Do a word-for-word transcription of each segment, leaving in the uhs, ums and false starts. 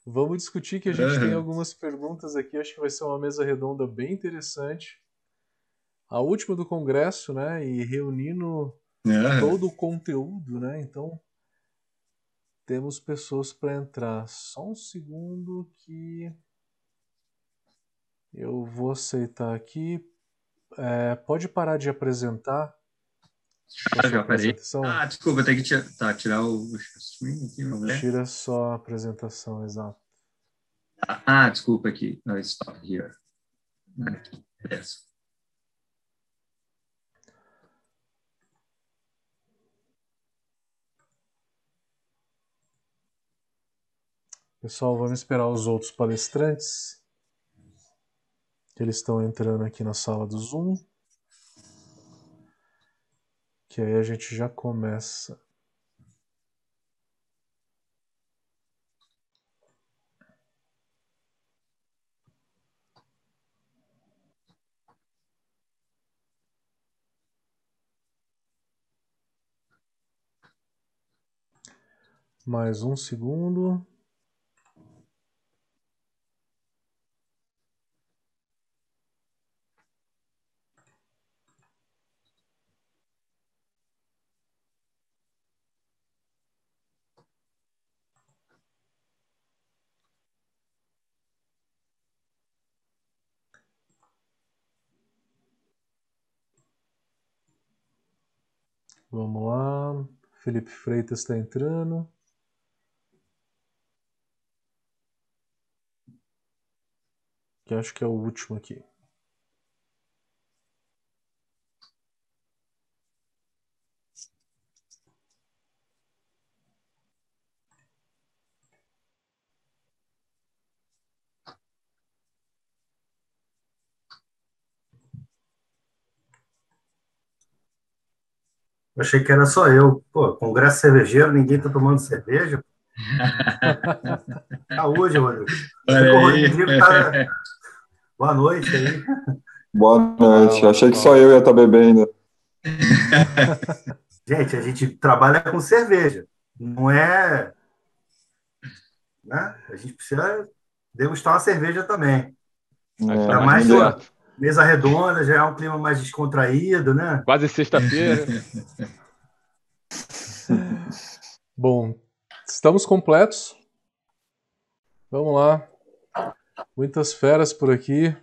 Vamos discutir que a gente tem algumas perguntas aqui. Acho que vai ser uma mesa redonda bem interessante. A última do Congresso, né? E reunindo Uhum. todo o conteúdo, né? Então, temos pessoas para entrar. Só um segundo que eu vou aceitar aqui. É, pode parar de apresentar com a Ah, sua já parei. apresentação? Ah, desculpa, tem que tirar, tá, tirar o stream aqui, vamos ver. Tira só a apresentação, exato. Ah, desculpa aqui. No, stop here. Aqui, beleza. Pessoal, vamos esperar os outros palestrantes. Eles estão entrando aqui na sala do Zoom. Que aí a gente já começa. Mais um segundo. Vamos lá. Felipe Freitas está entrando. Que acho que é o último aqui. Eu achei que era só eu. Pô, congresso cervejeiro, ninguém tá tomando cerveja. Saúde, Rodrigo. Achei Olha que o aí. Rodrigo tá... Boa noite aí. Boa noite. Fala, Achei que só fala. eu ia estar bebendo. Gente, a gente trabalha com cerveja. Não é... Né? A gente precisa degustar uma cerveja também. É, Ainda mais mais ninguém- uma certo. mesa redonda, já é um clima mais descontraído, né? Quase sexta-feira. Bom, estamos completos. Vamos lá. Muitas feras por aqui.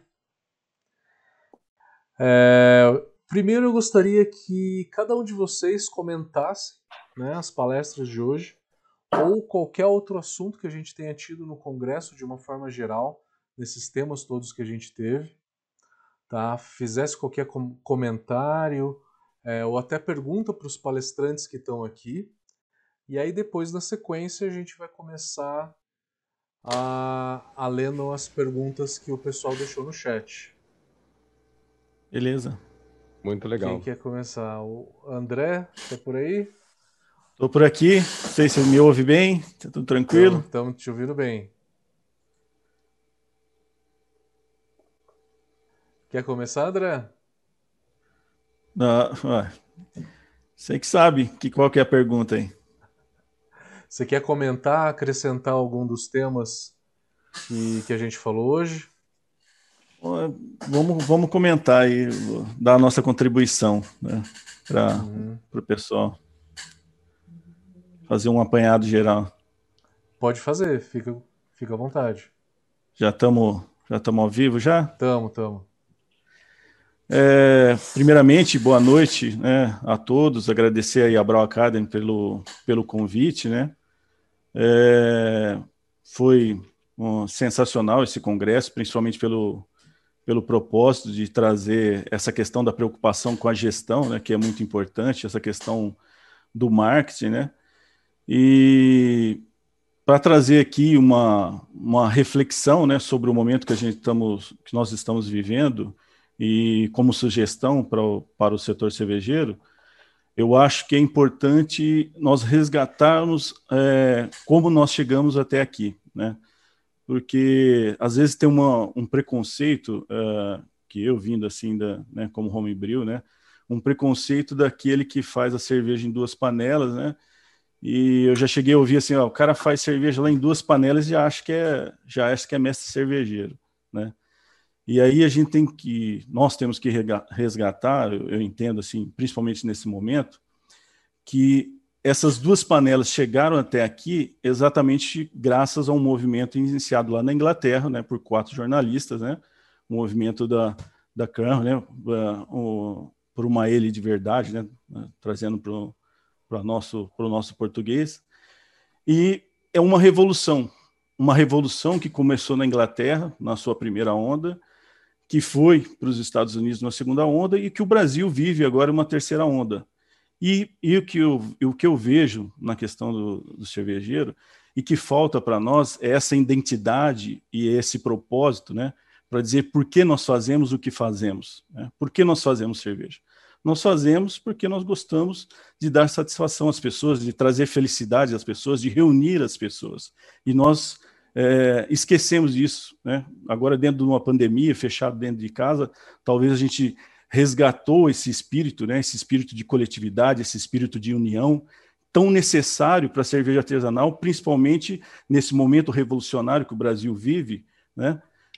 É, primeiro eu gostaria que cada um de vocês comentasse, né, as palestras de hoje ou qualquer outro assunto que a gente tenha tido no congresso de uma forma geral, nesses temas todos que a gente teve. Tá? Fizesse qualquer com comentário é, ou até pergunta para os palestrantes que estão aqui. E aí depois, na sequência, a gente vai começar a, a lendo as perguntas que o pessoal deixou no chat. Beleza. Muito legal. Quem quer começar? O André, tá por aí? Tô por aqui. Não sei se me ouve bem. Tá tudo tranquilo? Estamos te ouvindo bem. Quer começar, André? Ah, ah, você que sabe que, qual que é a pergunta aí. Você quer comentar, acrescentar algum dos temas que, que a gente falou hoje? Vamos, vamos comentar aí, dar a nossa contribuição, né, para Uhum. o pessoal. Fazer um apanhado geral. Pode fazer, fica, fica à vontade. Já estamos já estamos ao vivo já? Tamo, tamo. É, primeiramente, boa noite, né, a todos. Agradecer aí a Brau Academy pelo, pelo convite, né? É, foi um, sensacional esse congresso, principalmente pelo, pelo propósito de trazer essa questão da preocupação com a gestão, né, que é muito importante, essa questão do marketing, né? E para trazer aqui uma, uma reflexão, né, sobre o momento que a gente estamos, que nós estamos vivendo e como sugestão para o, para o setor cervejeiro, eu acho que é importante nós resgatarmos é, como nós chegamos até aqui, né? Porque às vezes tem uma, um preconceito uh, que eu vindo assim da, né, como homebrew, né, um preconceito daquele que faz a cerveja em duas panelas, né, E eu já cheguei a ouvir assim, ó, o cara faz cerveja lá em duas panelas e acha que é, já acha que é mestre cervejeiro, né? E aí a gente tem que, nós temos que resgatar, eu, eu entendo assim, principalmente nesse momento, que essas duas panelas chegaram até aqui exatamente graças a um movimento iniciado lá na Inglaterra, né, por quatro jornalistas, né, o movimento da, da C R A M, né, o, por uma ele de verdade, né, trazendo para o nosso, pro nosso português. E é uma revolução, uma revolução que começou na Inglaterra, na sua primeira onda, que foi para os Estados Unidos na segunda onda e que o Brasil vive agora uma terceira onda. E, e o, que eu, o que eu vejo na questão do, do cervejeiro e que falta para nós é essa identidade e esse propósito, né, para dizer por que nós fazemos o que fazemos, né? Por que nós fazemos cerveja? Nós fazemos porque nós gostamos de dar satisfação às pessoas, de trazer felicidade às pessoas, de reunir as pessoas. E nós é, esquecemos disso, né? Agora, dentro de uma pandemia, fechado dentro de casa, talvez a gente resgatou esse espírito, né? Esse espírito de coletividade, esse espírito de união, tão necessário para a cerveja artesanal, principalmente nesse momento revolucionário que o Brasil vive, né?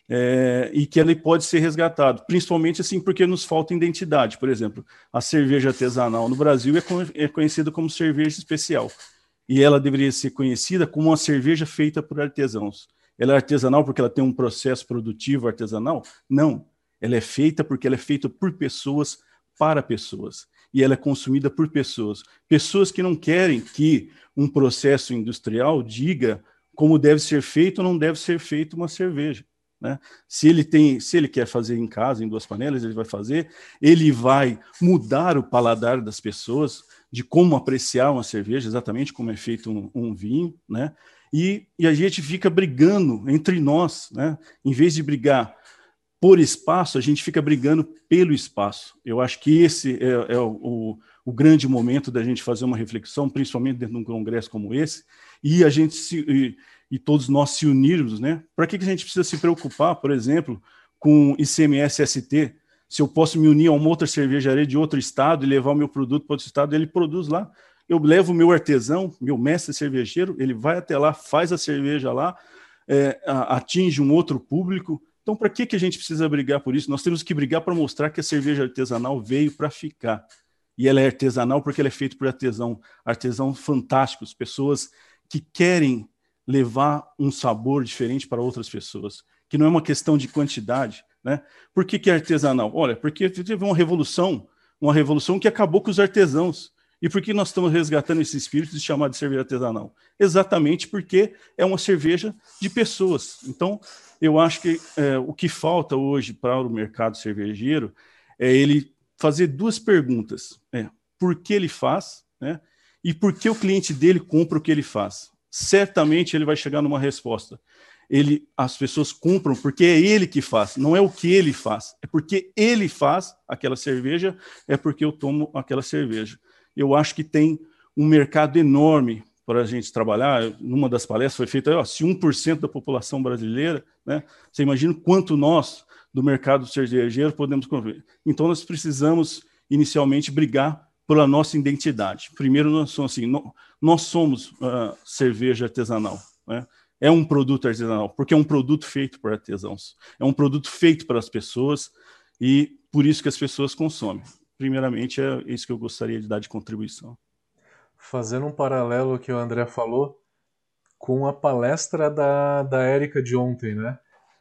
É, e que ele pode ser resgatado, principalmente assim porque nos falta identidade. Por exemplo, a cerveja artesanal no Brasil é, co é conhecida como cerveja especial, e ela deveria ser conhecida como uma cerveja feita por artesãos. Ela é artesanal porque ela tem um processo produtivo artesanal? Não, ela é feita porque ela é feita por pessoas, para pessoas, e ela é consumida por pessoas, pessoas que não querem que um processo industrial diga como deve ser feito ou não deve ser feita uma cerveja. Né? Se ele tem, se ele quer fazer em casa, em duas panelas, ele vai fazer, ele vai mudar o paladar das pessoas de como apreciar uma cerveja, exatamente como é feito um, um vinho, né? E, e a gente fica brigando entre nós, né? Em vez de brigar por espaço, a gente fica brigando pelo espaço. Eu acho que esse é, é o, o, o grande momento da gente fazer uma reflexão, principalmente dentro de um congresso como esse, e a gente se... E, e todos nós se unirmos, né? Para que, que a gente precisa se preocupar, por exemplo, com I C M S S T? Se eu posso me unir a uma outra cervejaria de outro estado e levar o meu produto para outro estado, ele produz lá. Eu levo o meu artesão, meu mestre cervejeiro, ele vai até lá, faz a cerveja lá, é, atinge um outro público. Então, para que, que a gente precisa brigar por isso? Nós temos que brigar para mostrar que a cerveja artesanal veio para ficar. E ela é artesanal porque ela é feita por artesão, artesãos fantásticos, pessoas que querem levar um sabor diferente para outras pessoas, que não é uma questão de quantidade, né? Por que que é artesanal? Olha, porque teve uma revolução, uma revolução que acabou com os artesãos. E por que nós estamos resgatando esse espírito de chamar de cerveja artesanal? Exatamente porque é uma cerveja de pessoas. Então, eu acho que é, o que falta hoje para o mercado cervejeiro é ele fazer duas perguntas. Né? Por que ele faz, né? E por que o cliente dele compra o que ele faz? Certamente ele vai chegar numa resposta. Ele, as pessoas compram porque é ele que faz, não é o que ele faz. É porque ele faz aquela cerveja, é porque eu tomo aquela cerveja. Eu acho que tem um mercado enorme para a gente trabalhar. Numa das palestras foi feita, ó, se um por cento da população brasileira, né, você imagina quanto nós, do mercado cervejeiro, podemos conviver. Então nós precisamos, inicialmente, brigar pela nossa identidade. Primeiro, nós somos, assim, nós somos uh, cerveja artesanal, né? É um produto artesanal, porque é um produto feito por artesãos. É um produto feito para as pessoas e por isso que as pessoas consomem. Primeiramente, é isso que eu gostaria de dar de contribuição. Fazendo um paralelo que o André falou com a palestra da, da Érica de ontem, né?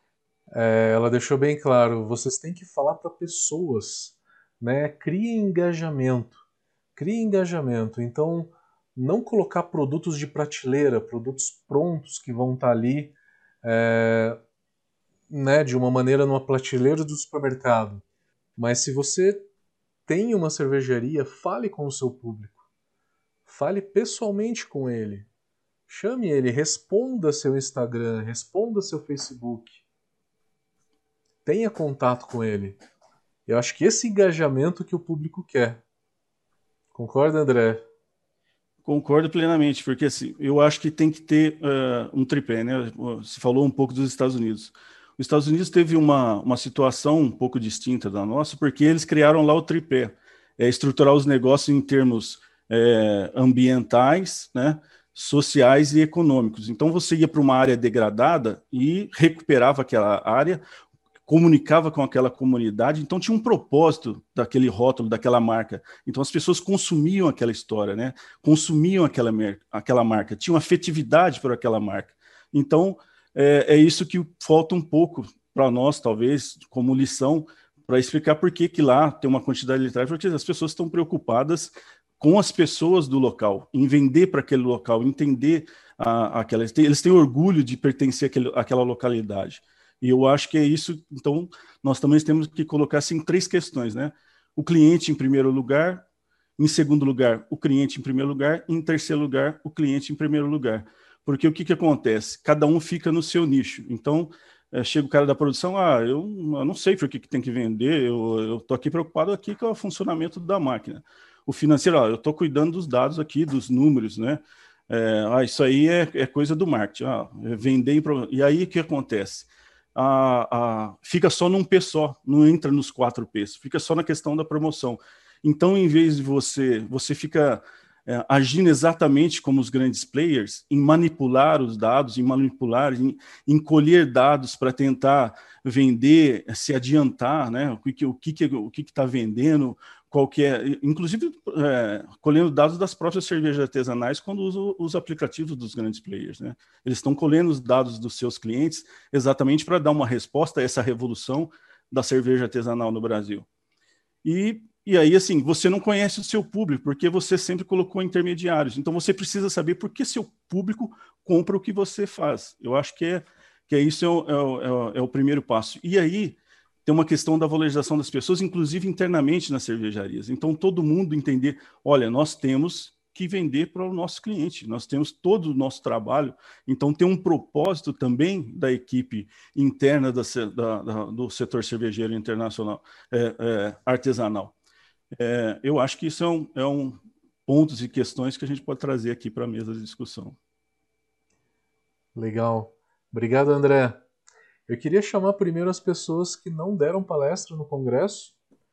É, ela deixou bem claro, vocês têm que falar para pessoas, né? Crie engajamento. Crie engajamento. Então, não colocar produtos de prateleira, produtos prontos que vão estar ali é, né, de uma maneira numa prateleira do supermercado. Mas se você tem uma cervejaria, fale com o seu público. Fale pessoalmente com ele. Chame ele, responda seu Instagram, responda seu Facebook. Tenha contato com ele. Eu acho que esse engajamento que o público quer. Concorda, André? Concordo plenamente, porque assim, eu acho que tem que ter uh, um tripé, né? Você falou um pouco dos Estados Unidos. Os Estados Unidos teve uma, uma situação um pouco distinta da nossa, porque eles criaram lá o tripé, é estruturar os negócios em termos é, ambientais, né, sociais e econômicos. Então, você ia para uma área degradada e recuperava aquela área, comunicava com aquela comunidade, então tinha um propósito daquele rótulo, daquela marca. Então as pessoas consumiam aquela história, né? Consumiam aquela, aquela marca, tinham afetividade por aquela marca. Então é, é isso que falta um pouco para nós, talvez, como lição, para explicar por que que lá tem uma quantidade literária, porque as pessoas estão preocupadas com as pessoas do local, em vender para aquele local, entender a, aquela... Eles têm, eles têm orgulho de pertencer àquele, àquela localidade. E eu acho que é isso, então, nós também temos que colocar assim três questões, né? O cliente em primeiro lugar, em segundo lugar, o cliente em primeiro lugar, e em terceiro lugar, o cliente em primeiro lugar. Porque o que, que acontece? Cada um fica no seu nicho. Então, é, chega o cara da produção, ah, eu, eu não sei por que, que tem que vender, eu estou aqui preocupado aqui com o funcionamento da máquina. O financeiro, ah, eu estou cuidando dos dados aqui, dos números, né? É, ah, isso aí é, é coisa do marketing. Ah, é vender... E aí, o que acontece? A, a, fica só num P só, não entra nos quatro P's, fica só na questão da promoção. Então, em vez de você, você fica é, agindo exatamente como os grandes players, em manipular os dados, em manipular, em, em colher dados para tentar vender, se adiantar, né? O que o que o que está vendendo, qual que é, inclusive é, colhendo dados das próprias cervejas artesanais quando usam os aplicativos dos grandes players, né? Eles estão colhendo os dados dos seus clientes exatamente para dar uma resposta a essa revolução da cerveja artesanal no Brasil. E, e aí, assim, você não conhece o seu público, porque você sempre colocou intermediários. Então, você precisa saber por que seu público compra o que você faz. Eu acho que, é, que é isso é o, é, o, é o primeiro passo. E aí, tem uma questão da valorização das pessoas, inclusive internamente nas cervejarias. Então, todo mundo entender, olha, nós temos que vender para o nosso cliente, nós temos todo o nosso trabalho, então tem um propósito também da equipe interna da, da, da, do setor cervejeiro internacional, é, é, artesanal. É, eu acho que isso é um, é um pontos e questões que a gente pode trazer aqui para a mesa de discussão. Legal. Obrigado, André. Eu queria chamar primeiro as pessoas que não deram palestra no congresso.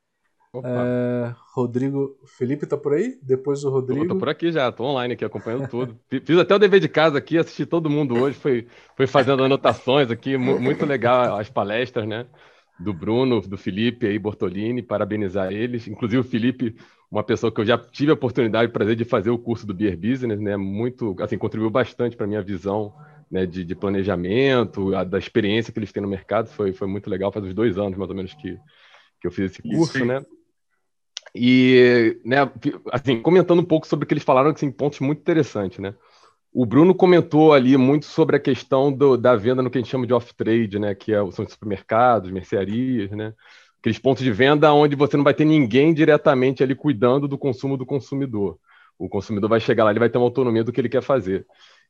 É, Rodrigo, Felipe tá por aí? Depois o Rodrigo. Eu tô por aqui já, tô online aqui acompanhando tudo. Fiz até o dever de casa aqui, assisti todo mundo hoje, foi, foi fazendo anotações aqui, muito legal as palestras, né? Do Bruno, do Felipe aí, Bortolini, parabenizar eles. Inclusive o Felipe, uma pessoa que eu já tive a oportunidade e prazer de fazer o curso do Beer Business, né? Muito, assim, contribuiu bastante para minha visão, né, de, de planejamento, a, da experiência que eles têm no mercado, foi, foi muito legal, faz uns dois anos mais ou menos que, que eu fiz esse curso, Isso. né? E, né, assim, comentando um pouco sobre o que eles falaram, assim, pontos muito interessantes, né? O Bruno comentou ali muito sobre a questão do, da venda no que a gente chama de off-trade, né? Que é, são supermercados, mercearias, né? Aqueles pontos de venda onde você não vai ter ninguém diretamente ali cuidando do consumo do consumidor. O consumidor vai chegar lá, ele vai ter uma autonomia do que ele quer fazer.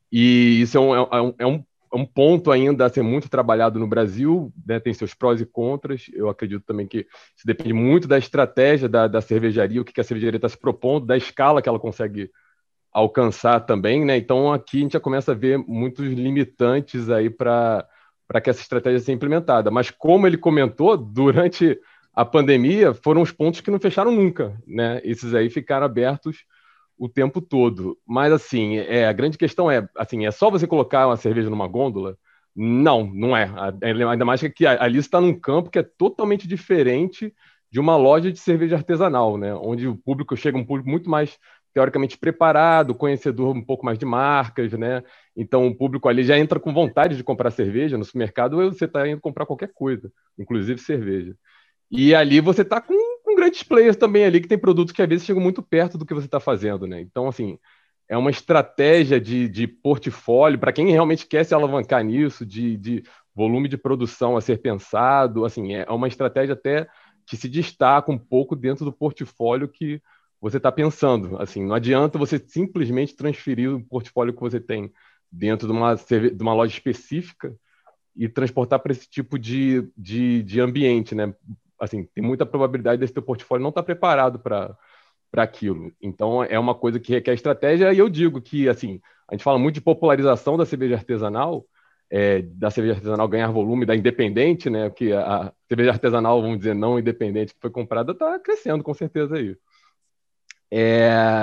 E isso é um, é um, é um, é um ponto ainda a ser muito trabalhado no Brasil, né? Tem seus prós e contras. Eu acredito também que isso depende muito da estratégia da, da cervejaria, o que a cervejaria está se propondo, da escala que ela consegue alcançar também, né? Então aqui a gente já começa a ver muitos limitantes aí para para que essa estratégia seja implementada. Mas como ele comentou, durante a pandemia foram os pontos que não fecharam nunca, né? Esses aí ficaram abertos o tempo todo. Mas assim, é, a grande questão é, assim, é só você colocar uma cerveja numa gôndola? Não, não é. Ainda mais que ali está num campo que é totalmente diferente de uma loja de cerveja artesanal, né? Onde o público chega um público muito mais teoricamente preparado, conhecedor um pouco mais de marcas, né? Então o público ali já entra com vontade de comprar cerveja no supermercado, ou você está indo comprar qualquer coisa, inclusive cerveja. E ali você está com, com grandes players também ali, que tem produtos que às vezes chegam muito perto do que você está fazendo, né? Então, assim, é uma estratégia de, de portfólio, para quem realmente quer se alavancar nisso, de, de volume de produção a ser pensado, assim, é uma estratégia até que se destaca um pouco dentro do portfólio que você está pensando. Assim, não adianta você simplesmente transferir o portfólio que você tem dentro de uma, de uma loja específica e transportar para esse tipo de, de, de ambiente, né? Assim, tem muita probabilidade desse teu portfólio não estar preparado para para aquilo. Então, é uma coisa que requer estratégia, e eu digo que, assim, a gente fala muito de popularização da cerveja artesanal, é, da cerveja artesanal ganhar volume, da independente, né? Que a cerveja artesanal, vamos dizer, não independente, que foi comprada, está crescendo, com certeza, aí. É,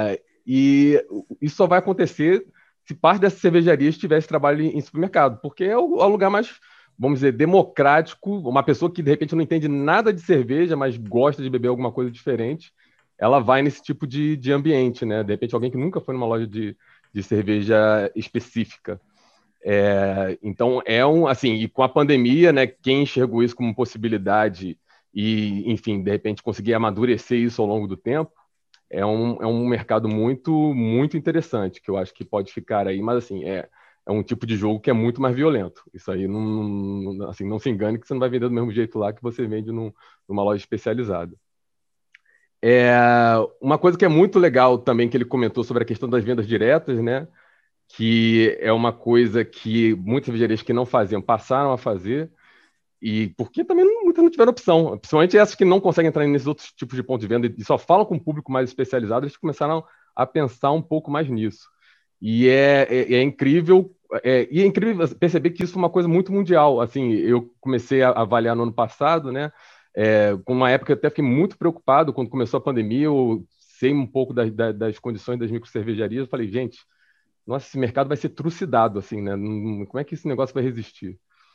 E isso só vai acontecer se parte dessas cervejarias tivesse trabalho em supermercado, porque é o, é o lugar mais, vamos dizer, democrático. Uma pessoa que, de repente, não entende nada de cerveja, mas gosta de beber alguma coisa diferente, ela vai nesse tipo de, de ambiente, né? De repente, alguém que nunca foi numa loja de, de cerveja específica. É, então, é um, assim, e com a pandemia, né, quem enxergou isso como possibilidade e, enfim, de repente conseguir amadurecer isso ao longo do tempo, é um, é um mercado muito, muito interessante, que eu acho que pode ficar aí, mas, assim, é, é um tipo de jogo que é muito mais violento. Isso aí, não, não, assim, não se engane que você não vai vender do mesmo jeito lá que você vende num, numa loja especializada. É, uma coisa que é muito legal também que ele comentou sobre a questão das vendas diretas, né, que é uma coisa que muitas cervejarias que não faziam passaram a fazer, e porque também não, muitas não tiveram opção, principalmente essas que não conseguem entrar nesses outros tipos de pontos de venda e só falam com um público mais especializado, eles começaram a pensar um pouco mais nisso. E é, é, é incrível, é, e é incrível perceber que isso é uma coisa muito mundial. Assim, eu comecei a avaliar no ano passado, né? É, com uma época eu até fiquei muito preocupado quando começou a pandemia, eu sei um pouco das, das, das condições das microcervejarias, eu falei, gente, nossa, esse mercado vai ser trucidado, assim, né? Como é que esse negócio vai resistir?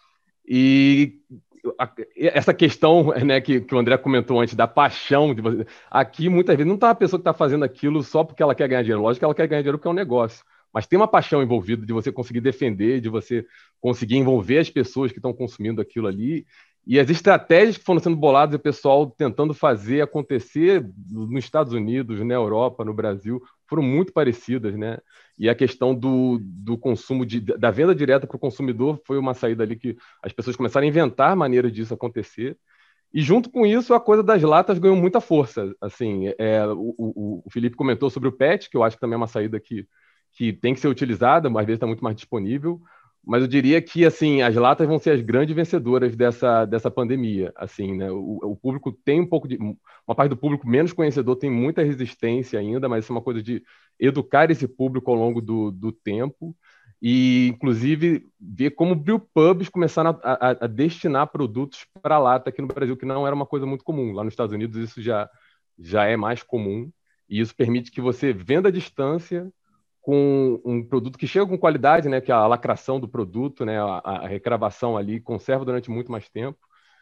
E a, essa questão, né, que, que o André comentou antes, da paixão de você. Aqui, muitas vezes, não está a pessoa que está fazendo aquilo só porque ela quer ganhar dinheiro. Lógico que ela quer ganhar dinheiro porque é um negócio. Mas tem uma paixão envolvida de você conseguir defender, de você conseguir envolver as pessoas que estão consumindo aquilo ali. E as estratégias que foram sendo boladas e o pessoal tentando fazer acontecer nos Estados Unidos, na Europa, no Brasil, foram muito parecidas, né? E a questão do, do consumo, de, da venda direta para o consumidor foi uma saída ali que as pessoas começaram a inventar maneiras disso acontecer. E junto com isso, a coisa das latas ganhou muita força. Assim, é, o, o, o Felipe comentou sobre o P E T, que eu acho que também é uma saída que, que tem que ser utilizada, mas às vezes está muito mais disponível. Mas eu diria que assim as latas vão ser as grandes vencedoras dessa, dessa pandemia. Assim, né? o, o público tem um pouco de... Uma parte do público menos conhecedor tem muita resistência ainda, mas isso é uma coisa de educar esse público ao longo do, do tempo e, inclusive, ver como brewpubs começaram a, a, a destinar produtos para lata aqui no Brasil, que não era uma coisa muito comum. Lá nos Estados Unidos isso já, já é mais comum e isso permite que você venda à distância com um produto que chega com qualidade, né, que é a lacração do produto, né, a, a recravação ali, conserva durante muito mais tempo.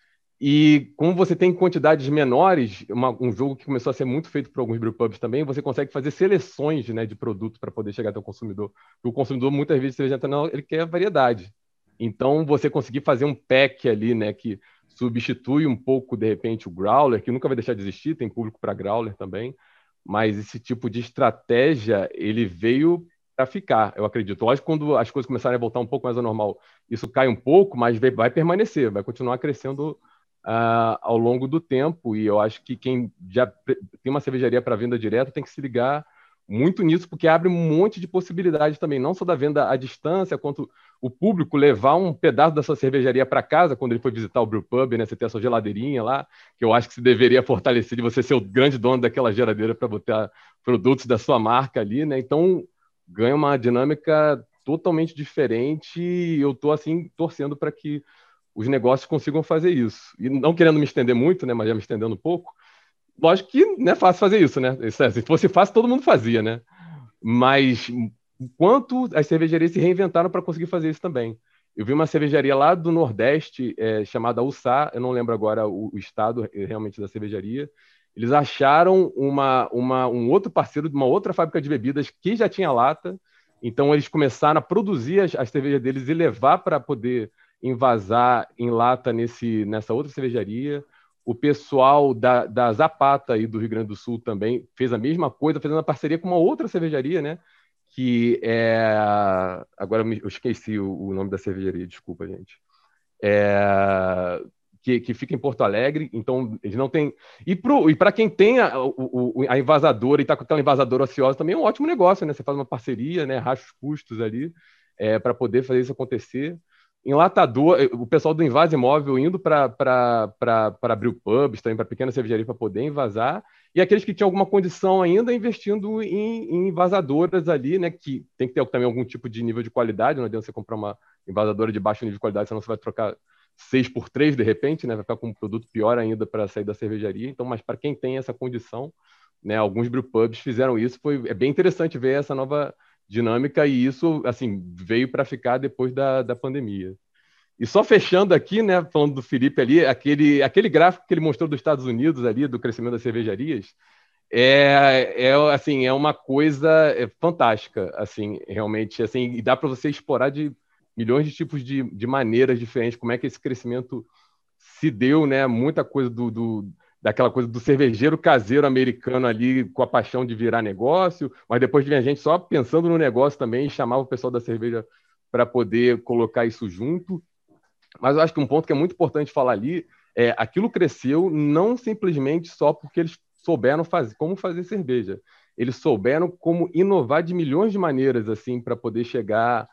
E como você tem quantidades menores, uma, um jogo que começou a ser muito feito por alguns brewpubs também, você consegue fazer seleções, né, de produto para poder chegar até o consumidor. Porque o consumidor, muitas vezes, ele quer variedade. Então, você conseguir fazer um pack ali, né, que substitui um pouco, de repente, o growler, que nunca vai deixar de existir, tem público para growler também, mas esse tipo de estratégia, ele veio para ficar, eu acredito. Lógico, quando as coisas começarem a voltar um pouco mais ao normal, isso cai um pouco, mas vai permanecer, vai continuar crescendo uh, ao longo do tempo, e eu acho que quem já tem uma cervejaria para venda direta tem que se ligar muito nisso, porque abre um monte de possibilidades também, não só da venda à distância, quanto o público levar um pedaço da sua cervejaria para casa, quando ele for visitar o brewpub, né? Você ter a sua geladeirinha lá, que eu acho que se deveria fortalecer de você ser o grande dono daquela geladeira para botar produtos da sua marca ali, né? Então, ganha uma dinâmica totalmente diferente e eu estou, assim, torcendo para que os negócios consigam fazer isso. E não querendo me estender muito, né? Mas já me estendendo um pouco, lógico que não é fácil fazer isso, né? Se fosse fácil, todo mundo fazia, né? Mas o quanto as cervejarias se reinventaram para conseguir fazer isso também. Eu vi uma cervejaria lá do Nordeste, é, chamada U S A, eu não lembro agora o, o estado realmente da cervejaria. Eles acharam uma, uma, um outro parceiro de uma outra fábrica de bebidas que já tinha lata, então eles começaram a produzir as, as cervejas deles e levar para poder envasar em lata nesse, nessa outra cervejaria. O pessoal da, da Zapata aí do Rio Grande do Sul também fez a mesma coisa, fazendo uma parceria com uma outra cervejaria, né? Que é... Agora eu esqueci o, o nome da cervejaria, desculpa, gente. É... Que, que fica em Porto Alegre, então eles não têm... E para quem tem a, o, a envasadora e está com aquela envasadora ociosa também é um ótimo negócio, né? Você faz uma parceria, né? Racha os custos ali é, para poder fazer isso acontecer. Enlatador, o pessoal do Invase Móvel indo para brewpubs, também para pequenas cervejarias para poder envasar, e aqueles que tinham alguma condição ainda investindo em, em envasadoras ali, né, que tem que ter também algum tipo de nível de qualidade, não adianta você comprar uma envasadora de baixo nível de qualidade, senão você vai trocar seis por três de repente, né, vai ficar com um produto pior ainda para sair da cervejaria. Então, mas para quem tem essa condição, né? Alguns brewpubs fizeram isso, foi é bem interessante ver essa nova dinâmica e isso, assim, veio para ficar depois da, da pandemia. E só fechando aqui, né, falando do Felipe ali, aquele, aquele gráfico que ele mostrou dos Estados Unidos ali, do crescimento das cervejarias, é, é, assim, é uma coisa fantástica, assim, realmente, assim, e dá para você explorar de milhões de tipos de, de maneiras diferentes, como é que esse crescimento se deu, né, muita coisa do, do, daquela coisa do cervejeiro caseiro americano ali, com a paixão de virar negócio, mas depois vinha gente só pensando no negócio também, e chamava o pessoal da cerveja para poder colocar isso junto. Mas eu acho que um ponto que é muito importante falar ali é aquilo cresceu não simplesmente só porque eles souberam fazer, como fazer cerveja. Eles souberam como inovar de milhões de maneiras assim para poder chegar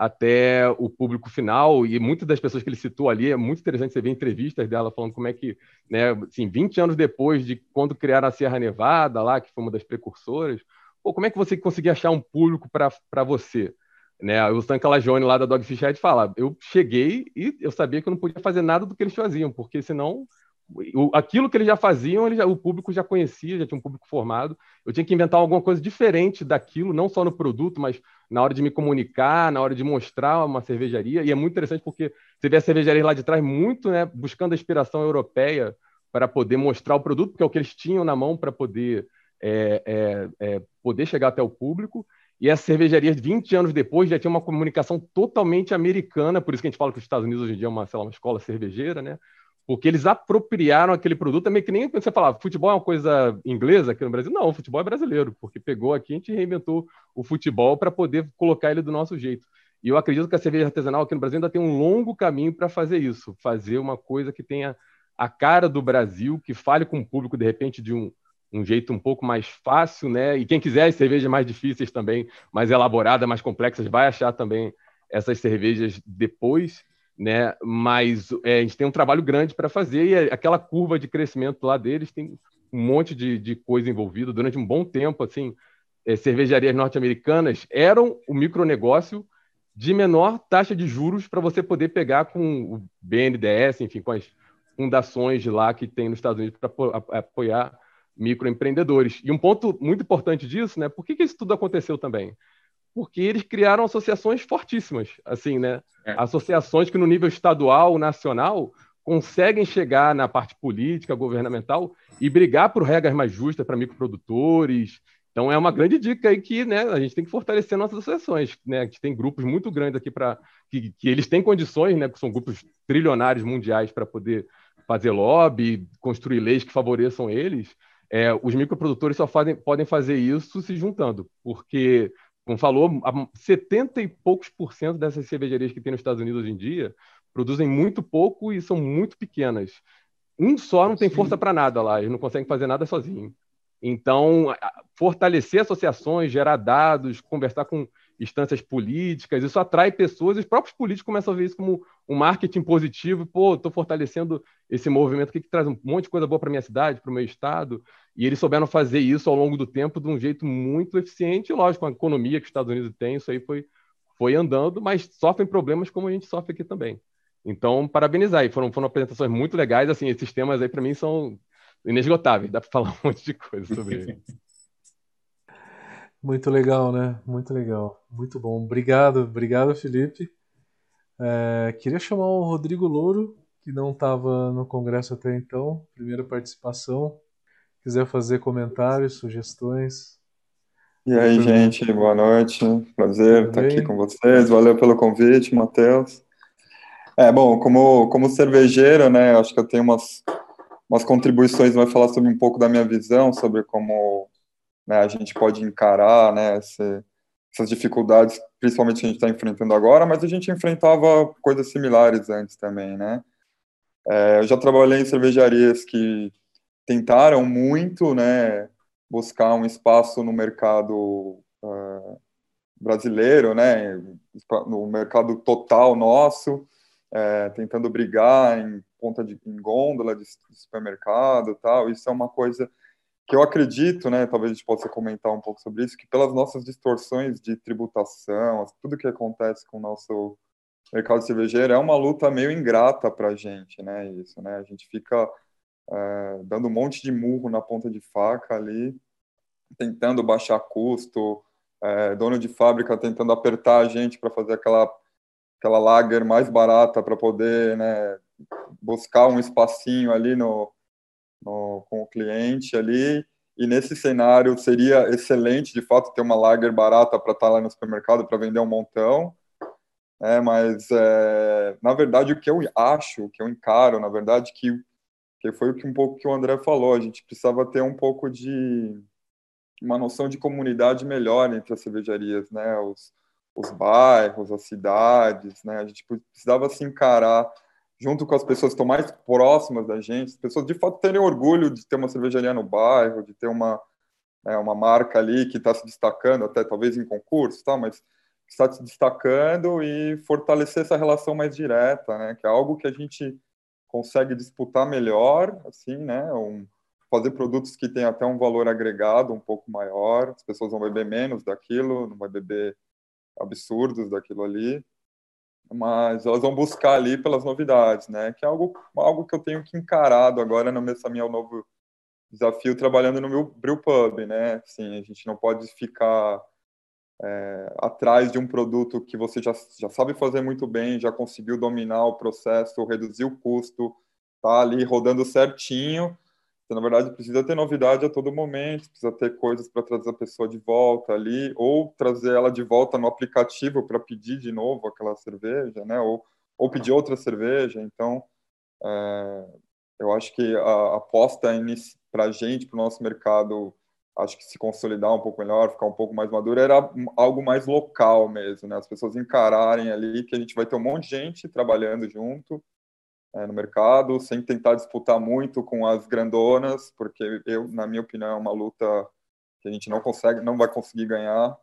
até o público final, e muitas das pessoas que ele citou ali, é muito interessante você ver entrevistas dela falando como é que, né, assim, vinte anos depois de quando criaram a Sierra Nevada lá, que foi uma das precursoras, pô, como é que você conseguia achar um público para você? Né, o Stan Calagione lá da Dogfish Head fala, eu cheguei e eu sabia que eu não podia fazer nada do que eles faziam, porque senão o, aquilo que eles já faziam, eles já, o público já conhecia, já tinha um público formado, eu tinha que inventar alguma coisa diferente daquilo, não só no produto, mas na hora de me comunicar, na hora de mostrar uma cervejaria, e é muito interessante porque você vê a cervejaria lá de trás muito, né, buscando a inspiração europeia para poder mostrar o produto, porque é o que eles tinham na mão para poder, é, é, é, poder chegar até o público. E as cervejarias, vinte anos depois, já tinha uma comunicação totalmente americana, por isso que a gente fala que os Estados Unidos hoje em dia é uma, sei lá, uma escola cervejeira, né? Porque eles apropriaram aquele produto, é meio que nem quando você falava, futebol é uma coisa inglesa aqui no Brasil. Não, o futebol é brasileiro, porque pegou aqui, a gente reinventou o futebol para poder colocar ele do nosso jeito. E eu acredito que a cerveja artesanal aqui no Brasil ainda tem um longo caminho para fazer isso, fazer uma coisa que tenha a cara do Brasil, que fale com o público, de repente, de um um jeito um pouco mais fácil, né? E quem quiser as cervejas mais difíceis também, mais elaboradas, mais complexas, vai achar também essas cervejas depois, né? Mas é, a gente tem um trabalho grande para fazer e aquela curva de crescimento lá deles tem um monte de, de coisa envolvida. Durante um bom tempo, assim, é, cervejarias norte-americanas eram o micronegócio de menor taxa de juros para você poder pegar com o B N D E S, enfim, com as fundações de lá que tem nos Estados Unidos para apoiar microempreendedores. E um ponto muito importante disso, né? Por que, que isso tudo aconteceu também? Porque eles criaram associações fortíssimas, assim, né? É. Associações que no nível estadual, nacional, conseguem chegar na parte política, governamental e brigar por regras mais justas para microprodutores. Então é uma grande dica aí que, né, a gente tem que fortalecer nossas associações, né? A gente tem grupos muito grandes aqui para que, que eles têm condições, né? Que são grupos trilionários mundiais para poder fazer lobby, construir leis que favoreçam eles. É, os microprodutores só fazem, podem fazer isso se juntando, porque, como falou, setenta e poucos por cento dessas cervejarias que tem nos Estados Unidos hoje em dia produzem muito pouco e são muito pequenas. Um só não tem força para nada lá, eles não conseguem fazer nada sozinho. Então, fortalecer associações, gerar dados, conversar com instâncias políticas, isso atrai pessoas e os próprios políticos começam a ver isso como um marketing positivo. Pô, estou fortalecendo esse movimento aqui que traz um monte de coisa boa para minha cidade, para o meu estado. E eles souberam fazer isso ao longo do tempo de um jeito muito eficiente. E, lógico, a economia que os Estados Unidos têm, isso aí foi, foi andando, mas sofrem problemas como a gente sofre aqui também. Então, parabenizar. E foram, foram apresentações muito legais. Assim, esses temas aí, para mim, são inesgotáveis. Dá para falar um monte de coisa sobre ele. Muito legal, né? Muito legal. Muito bom. Obrigado, obrigado, Felipe. É, queria chamar o Rodrigo Louro, que não estava no congresso até então. Primeira participação. Quiser fazer comentários, sugestões. E aí, gente, boa noite. Prazer estar aqui com vocês. Valeu pelo convite, Matheus. É, bom, como, como cervejeiro, né, acho que eu tenho umas, umas contribuições, vai falar sobre um pouco da minha visão, sobre como, né, a gente pode encarar, né, esse, essas dificuldades, principalmente que a gente está enfrentando agora, mas a gente enfrentava coisas similares antes também, né. É, eu já trabalhei em cervejarias que tentaram muito, né, buscar um espaço no mercado uh, brasileiro, né, no mercado total nosso, é, tentando brigar em ponta de em gôndola de, de supermercado e tal. Isso é uma coisa que eu acredito, né, talvez a gente possa comentar um pouco sobre isso, que pelas nossas distorções de tributação, tudo que acontece com o nosso mercado cervejeiro, é uma luta meio ingrata para a gente, né, isso, né, a gente fica é, dando um monte de murro na ponta de faca ali, tentando baixar custo, é, dono de fábrica tentando apertar a gente para fazer aquela, aquela lager mais barata para poder, né, buscar um espacinho ali no, no, com o cliente ali. E nesse cenário seria excelente, de fato, ter uma lager barata para estar lá no supermercado para vender um montão. É, mas, é, na verdade, o que eu acho, o que eu encaro, na verdade, que, que foi o que um pouco que o André falou, a gente precisava ter um pouco de uma noção de comunidade melhor entre as cervejarias, né? Os, os bairros, as cidades, né? A gente precisava se encarar junto com as pessoas que estão mais próximas da gente, as pessoas de fato terem orgulho de ter uma cervejaria no bairro, de ter uma, né, uma marca ali que está se destacando, até talvez em concurso, tá? Mas está se destacando e fortalecer essa relação mais direta, né? Que é algo que a gente consegue disputar melhor, assim, né? Um, fazer produtos que têm até um valor agregado um pouco maior, as pessoas vão beber menos daquilo, não vai beber absurdos daquilo ali, mas elas vão buscar ali pelas novidades, né? Que é algo, algo que eu tenho que encarado agora no meu, meu novo desafio trabalhando no meu brewpub, né? Assim, a gente não pode ficar é, atrás de um produto que você já, já sabe fazer muito bem, já conseguiu dominar o processo, reduzir o custo, tá ali rodando certinho. Você, na verdade, precisa ter novidade a todo momento, precisa ter coisas para trazer a pessoa de volta ali, ou trazer ela de volta no aplicativo para pedir de novo aquela cerveja, né? Ou, ou pedir outra cerveja. Então, é, eu acho que a, a aposta para a gente, para o nosso mercado, acho que se consolidar um pouco melhor, ficar um pouco mais maduro, era algo mais local mesmo, né? As pessoas encararem ali que a gente vai ter um monte de gente trabalhando junto, é, no mercado, sem tentar disputar muito com as grandonas, porque eu, na minha opinião, é uma luta que a gente não consegue, não vai conseguir ganhar.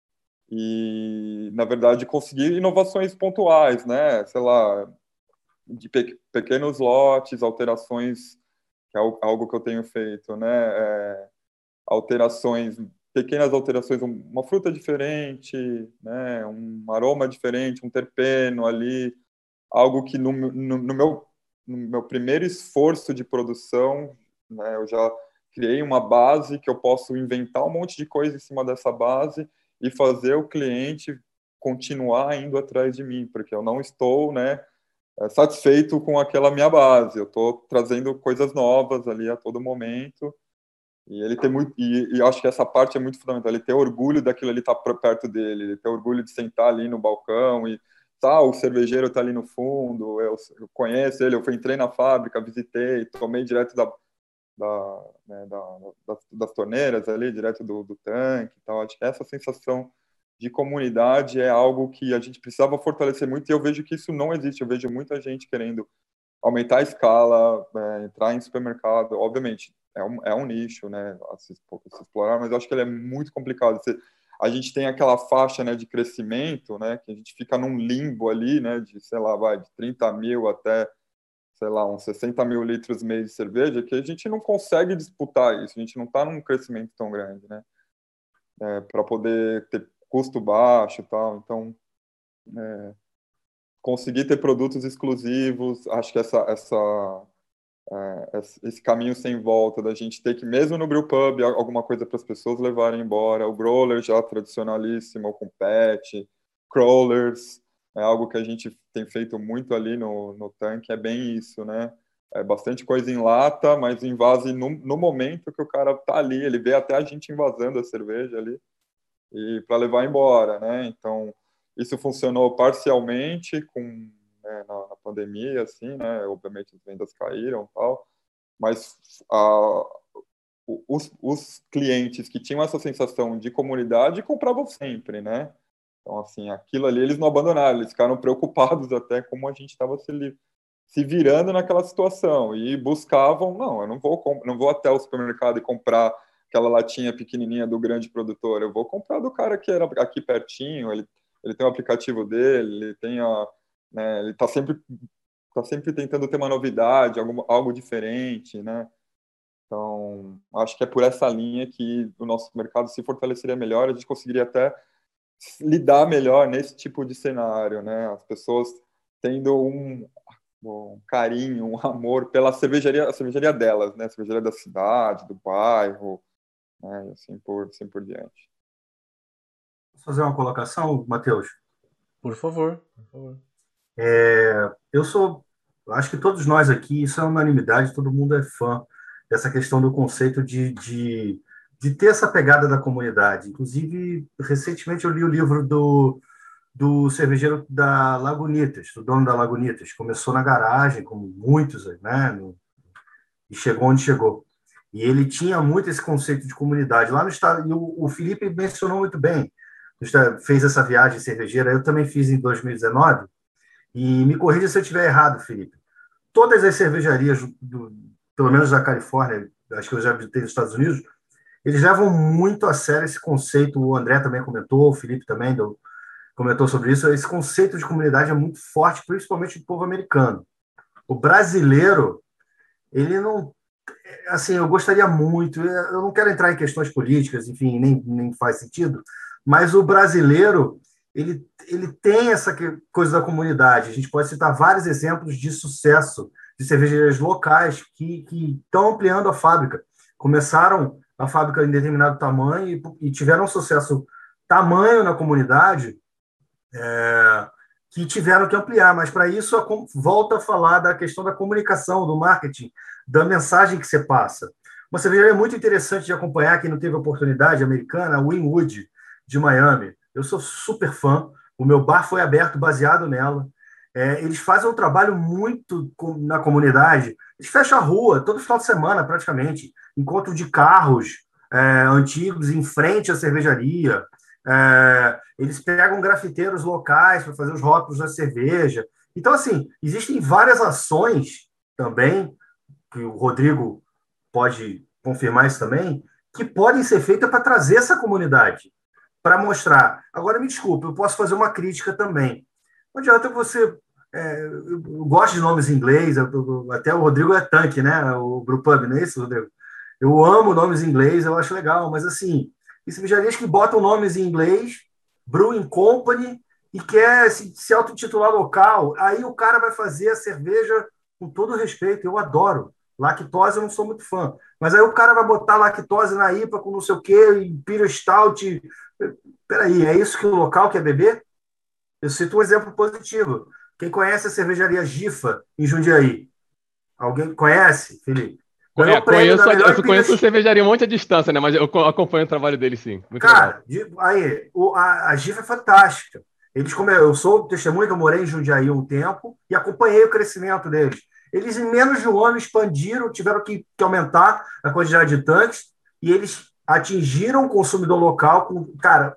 E, na verdade, conseguir inovações pontuais, né? Sei lá, de pe pequenos lotes, alterações, que é algo que eu tenho feito, né? É, alterações, pequenas alterações, uma fruta diferente, né? Um aroma diferente, um terpeno ali, algo que no, no, no, meu, no meu primeiro esforço de produção, né, eu já criei uma base que eu posso inventar um monte de coisa em cima dessa base e fazer o cliente continuar indo atrás de mim, porque eu não estou, né, satisfeito com aquela minha base, eu estou trazendo coisas novas ali a todo momento, e ele tem muito, e, e acho que essa parte é muito fundamental, ele ter orgulho daquilo ali estar tá perto dele, ele ter orgulho de sentar ali no balcão e tá, o cervejeiro tá ali no fundo, eu, eu conheço ele, eu fui, entrei na fábrica, visitei, tomei direto da, da, né, da das, das torneiras ali, direto do, do tanque e tal. Acho que essa sensação de comunidade é algo que a gente precisava fortalecer muito, e eu vejo que isso não existe. Eu vejo muita gente querendo aumentar a escala, é, entrar em supermercado. Obviamente, é um, é um nicho, né, a se, a se explorar, mas eu acho que ele é muito complicado. Você, a gente tem aquela faixa, né, de crescimento, né, que a gente fica num limbo ali, né, de, sei lá, vai, de trinta mil até, sei lá, uns sessenta mil litros mês de cerveja, que a gente não consegue disputar isso, a gente não está num crescimento tão grande, né, é, para poder ter custo baixo e tal. Então, é, conseguir ter produtos exclusivos, acho que essa, essa, é, esse caminho sem volta da gente ter que, mesmo no brewpub, alguma coisa para as pessoas levarem embora, o growler já tradicionalíssimo, com pet, crawlers, é algo que a gente tem feito muito ali no, no tanque, é bem isso, né? É bastante coisa em lata, mas invase no, no momento que o cara tá ali, ele vê até a gente invasando a cerveja ali, e para levar embora, né? Então, isso funcionou parcialmente com, né, na, na pandemia, assim, né? Obviamente as vendas caíram, tal, mas a, os, os clientes que tinham essa sensação de comunidade compravam sempre, né? Então, assim, aquilo ali eles não abandonaram, eles ficaram preocupados até como a gente estava se, se virando naquela situação e buscavam, não, eu não vou, não vou até o supermercado e comprar aquela latinha pequenininha do grande produtor, eu vou comprar do cara que era aqui pertinho, ele, ele tem o aplicativo dele, ele tem a, né, ele está sempre, tá sempre tentando ter uma novidade, algo, algo diferente, né? Então, acho que é por essa linha que o nosso mercado se fortaleceria melhor, a gente conseguiria até lidar melhor nesse tipo de cenário, né? As pessoas tendo um, um carinho, um amor pela cervejaria, a cervejaria delas, né? A cervejaria da cidade, do bairro, né, e assim por, assim por diante. Posso fazer uma colocação, Matheus? Por favor, por favor. É, eu sou, acho que todos nós aqui, isso é unanimidade, todo mundo é fã dessa questão do conceito de, de, de ter essa pegada da comunidade. Inclusive, recentemente eu li o livro do, do cervejeiro da Lagunitas, do dono da Lagunitas. Começou na garagem, como muitos, né, no, e chegou onde chegou. E ele tinha muito esse conceito de comunidade. Lá no estado, e o, o Felipe mencionou muito bem, fez essa viagem cervejeira, eu também fiz em dois mil e dezenove, e me corrija se eu estiver errado, Felipe. Todas as cervejarias, do, pelo menos da Califórnia, acho que eu já visitei nos Estados Unidos, eles levam muito a sério esse conceito, o André também comentou, o Felipe também do, comentou sobre isso, esse conceito de comunidade é muito forte, principalmente do povo americano. O brasileiro, ele não... Assim, eu gostaria muito, eu não quero entrar em questões políticas, enfim, nem, nem faz sentido, mas o brasileiro, ele, ele tem essa coisa da comunidade. A gente pode citar vários exemplos de sucesso de cervejarias locais que, que estão ampliando a fábrica. Começaram a fábrica em determinado tamanho e, e tiveram um sucesso tamanho na comunidade é, que tiveram que ampliar. Mas, para isso, a, volta a falar da questão da comunicação, do marketing, da mensagem que você passa. Uma cervejaria muito interessante de acompanhar, quem não teve oportunidade, americana, a Wynwood, de Miami. Eu sou super fã, o meu bar foi aberto baseado nela. É, eles fazem um trabalho muito na comunidade. Eles fecham a rua todo final de semana, praticamente. Encontro de carros é, antigos em frente à cervejaria. É, eles pegam grafiteiros locais para fazer os rótulos da cerveja. Então, assim, existem várias ações também, que o Rodrigo pode confirmar isso também, que podem ser feitas para trazer essa comunidade, para mostrar. Agora, me desculpe, eu posso fazer uma crítica também. Não adianta você... É, eu gosto de nomes em inglês, eu, até o Rodrigo é tanque, né? O Brewpub, não é isso, Rodrigo? Eu amo nomes em inglês, eu acho legal, mas assim, cervejarias que botam nomes em inglês, Brewing Company, e quer se, se autotitular local, aí o cara vai fazer a cerveja com todo respeito, eu adoro. Lactose eu não sou muito fã, mas aí o cara vai botar lactose na I P A com não sei o quê, Imperial Stout. Peraí, é isso que o local quer beber? Eu cito um exemplo positivo. Quem conhece a cervejaria Gifa, em Jundiaí? Alguém conhece, Felipe? É, conheço, eu conheço a cervejaria um monte à distância, né? Mas eu acompanho o trabalho deles, sim. Muito Cara, legal. Aí, a, a Gifa é fantástica. Eles, como eu sou testemunha, eu morei em Jundiaí um tempo e acompanhei o crescimento deles. Eles, em menos de um ano, expandiram, tiveram que, que aumentar a quantidade de tanques e eles atingiram o consumidor local. Com, cara,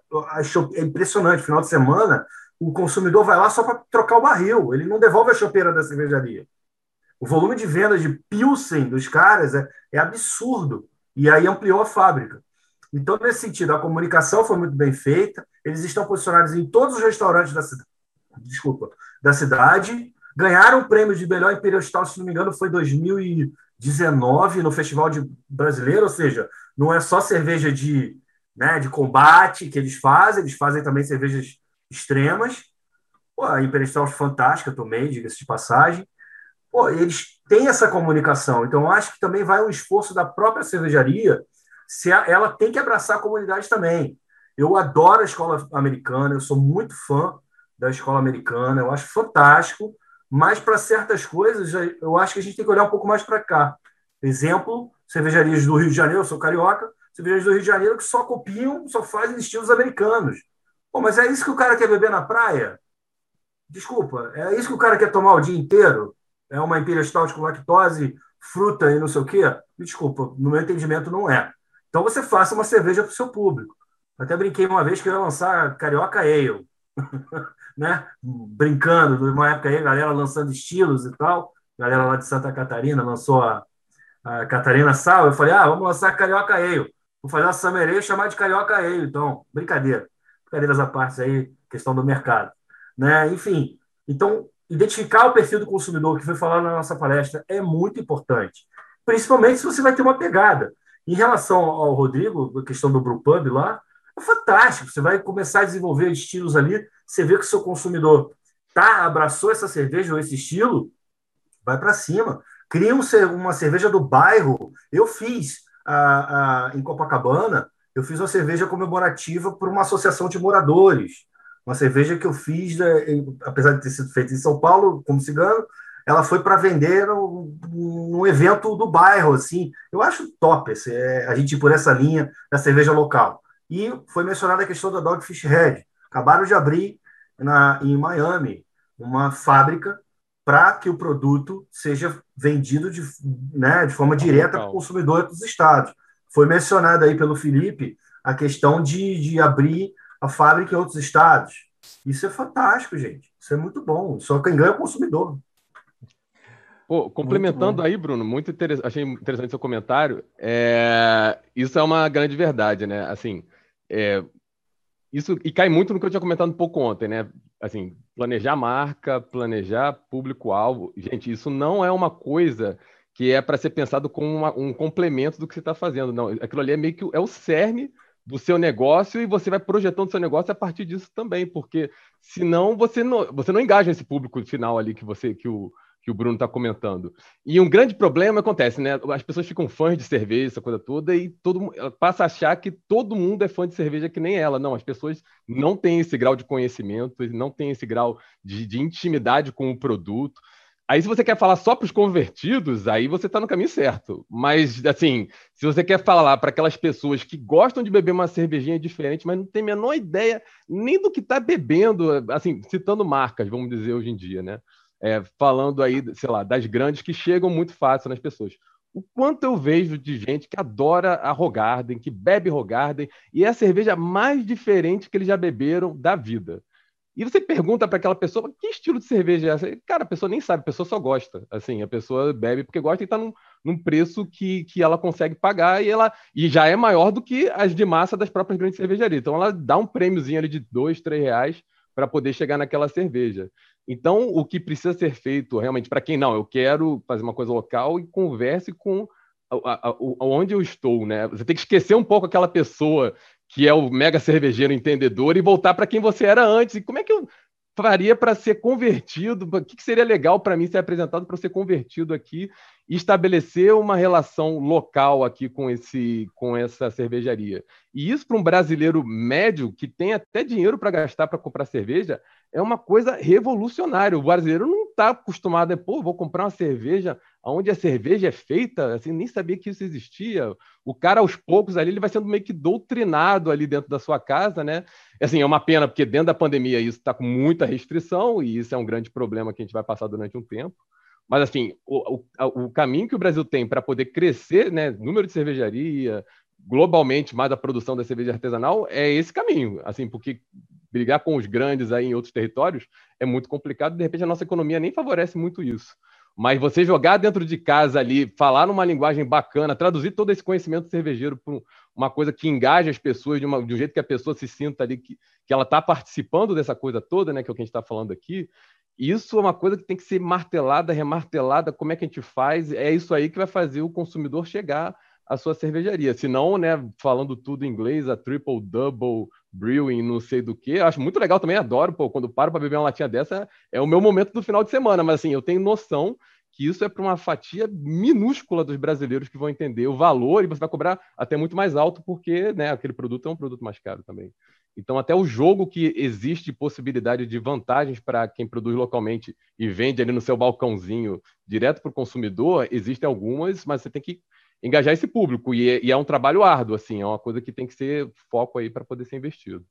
é impressionante. Final de semana, o consumidor vai lá só para trocar o barril. Ele não devolve a chopeira da cervejaria. O volume de venda de Pilsen dos caras é, é absurdo. E aí ampliou a fábrica. Então, nesse sentido, a comunicação foi muito bem feita. Eles estão posicionados em todos os restaurantes da cidade. Desculpa, da cidade. Ganharam o prêmio de melhor Imperial Stout, se não me engano, foi dois mil e dezenove, no Festival de Brasileiro. Ou seja, não é só cerveja de, né, de combate que eles fazem, eles fazem também cervejas extremas. Pô, a Imperial Stout fantástica, tomei, diga-se de passagem. Pô, eles têm essa comunicação. Então, eu acho que também vai um esforço da própria cervejaria, se a, ela tem que abraçar a comunidade também. Eu adoro a escola americana, eu sou muito fã da escola americana, eu acho fantástico, mas para certas coisas, eu acho que a gente tem que olhar um pouco mais para cá. Exemplo, cervejarias do Rio de Janeiro, eu sou carioca, cervejarias do Rio de Janeiro que só copiam, só fazem estilos americanos. Pô, mas é isso que o cara quer beber na praia? Desculpa, é isso que o cara quer tomar o dia inteiro? É uma Imperial Stout com lactose, fruta e não sei o quê? Desculpa, no meu entendimento não é. Então você faça uma cerveja para o seu público. Até brinquei uma vez que eu ia lançar Carioca Ale, né? Brincando, numa época aí, a galera lançando estilos e tal. A galera lá de Santa Catarina lançou a, a Catarina Sal. Eu falei, ah, vamos lançar Carioca Ale. Vou fazer uma Summer Ale e chamar de Carioca Ale. Então, brincadeira. Brincadeiras à parte aí, questão do mercado. Né? Enfim, então, identificar o perfil do consumidor, que foi falado na nossa palestra, é muito importante. Principalmente se você vai ter uma pegada. Em relação ao Rodrigo, a questão do Brewpub lá, é fantástico. Você vai começar a desenvolver estilos ali, você vê que o seu consumidor tá, abraçou essa cerveja ou esse estilo, vai para cima. Cria um, uma cerveja do bairro. Eu fiz a, a, em Copacabana, eu fiz uma cerveja comemorativa por uma associação de moradores. Uma cerveja que eu fiz, apesar de ter sido feita em São Paulo, como cigano, ela foi para vender num, num evento do bairro, assim. Eu acho top esse, é, a gente ir por essa linha da cerveja local. E foi mencionada a questão da Dogfish Head. Acabaram de abrir na, em Miami uma fábrica para que o produto seja vendido de, né, de forma direta para o consumidor dos estados. Foi mencionado aí pelo Felipe a questão de, de abrir a fábrica em outros estados. Isso é fantástico, gente. Isso é muito bom. Só quem ganha é o consumidor. Pô, complementando aí, Bruno, muito interessante, achei interessante seu comentário. É, isso é uma grande verdade, né? Assim, é, isso e cai muito no que eu tinha comentado um pouco ontem, né? Assim, planejar marca, planejar público-alvo. Gente, isso não é uma coisa que é para ser pensado como uma, um complemento do que você está fazendo. Não, aquilo ali é meio que é o cerne do seu negócio e você vai projetando o seu negócio a partir disso também, porque senão você não, você não engaja esse público final ali que você que o que o Bruno está comentando. E um grande problema acontece, né? As pessoas ficam fãs de cerveja, essa coisa toda, e todo mundo passa a achar que todo mundo é fã de cerveja que nem ela. Não, as pessoas não têm esse grau de conhecimento, não têm esse grau de, de intimidade com o produto. Aí, se você quer falar só para os convertidos, aí você está no caminho certo. Mas, assim, se você quer falar para aquelas pessoas que gostam de beber uma cervejinha diferente, mas não tem a menor ideia nem do que está bebendo, assim, citando marcas, vamos dizer, hoje em dia, né? É, falando aí, sei lá, das grandes que chegam muito fácil nas pessoas. O quanto eu vejo de gente que adora a Hoegaarden, que bebe Hoegaarden, e é a cerveja mais diferente que eles já beberam da vida. E você pergunta para aquela pessoa, que estilo de cerveja é essa? Cara, a pessoa nem sabe, a pessoa só gosta. Assim, a pessoa bebe porque gosta e está num, num preço que, que ela consegue pagar e, ela, e já é maior do que as de massa das próprias grandes cervejarias. Então ela dá um prêmiozinho ali de dois, três reais para poder chegar naquela cerveja. Então, o que precisa ser feito realmente, para quem não, eu quero fazer uma coisa local e converse com a, a, a, onde eu estou, né? Você tem que esquecer um pouco aquela pessoa que é o mega cervejeiro entendedor e voltar para quem você era antes. E como é que eu faria para ser convertido? O que seria legal para mim ser apresentado para ser convertido aqui e estabelecer uma relação local aqui com, esse, com essa cervejaria? E isso para um brasileiro médio que tem até dinheiro para gastar para comprar cerveja é uma coisa revolucionária. O brasileiro não está acostumado a, pô, vou comprar uma cerveja onde a cerveja é feita, assim, nem sabia que isso existia. O cara, aos poucos, ali, ele vai sendo meio que doutrinado ali dentro da sua casa, né? Assim, é uma pena, porque dentro da pandemia isso está com muita restrição, e isso é um grande problema que a gente vai passar durante um tempo. Mas, assim, o, o, o caminho que o Brasil tem para poder crescer, né, número de cervejaria, globalmente, mais a produção da cerveja artesanal, é esse caminho, assim, porque brigar com os grandes aí em outros territórios é muito complicado, de repente a nossa economia nem favorece muito isso. Mas você jogar dentro de casa ali, falar numa linguagem bacana, traduzir todo esse conhecimento cervejeiro para uma coisa que engaje as pessoas de, uma, de um jeito que a pessoa se sinta ali, que, que ela está participando dessa coisa toda, né, que é o que a gente está falando aqui, isso é uma coisa que tem que ser martelada, remartelada, como é que a gente faz? É isso aí que vai fazer o consumidor chegar à sua cervejaria. Senão, né, falando tudo em inglês, a triple, double, brewing, não sei do que, eu acho muito legal também, adoro, pô, quando paro para beber uma latinha dessa, é o meu momento do final de semana, mas assim, eu tenho noção que isso é para uma fatia minúscula dos brasileiros que vão entender o valor e você vai cobrar até muito mais alto porque, né, aquele produto é um produto mais caro também. Então, até o jogo que existe possibilidade de vantagens para quem produz localmente e vende ali no seu balcãozinho direto para o consumidor, existem algumas, mas você tem que engajar esse público e é, e é um trabalho árduo, assim, é uma coisa que tem que ser foco aí para poder ser investido.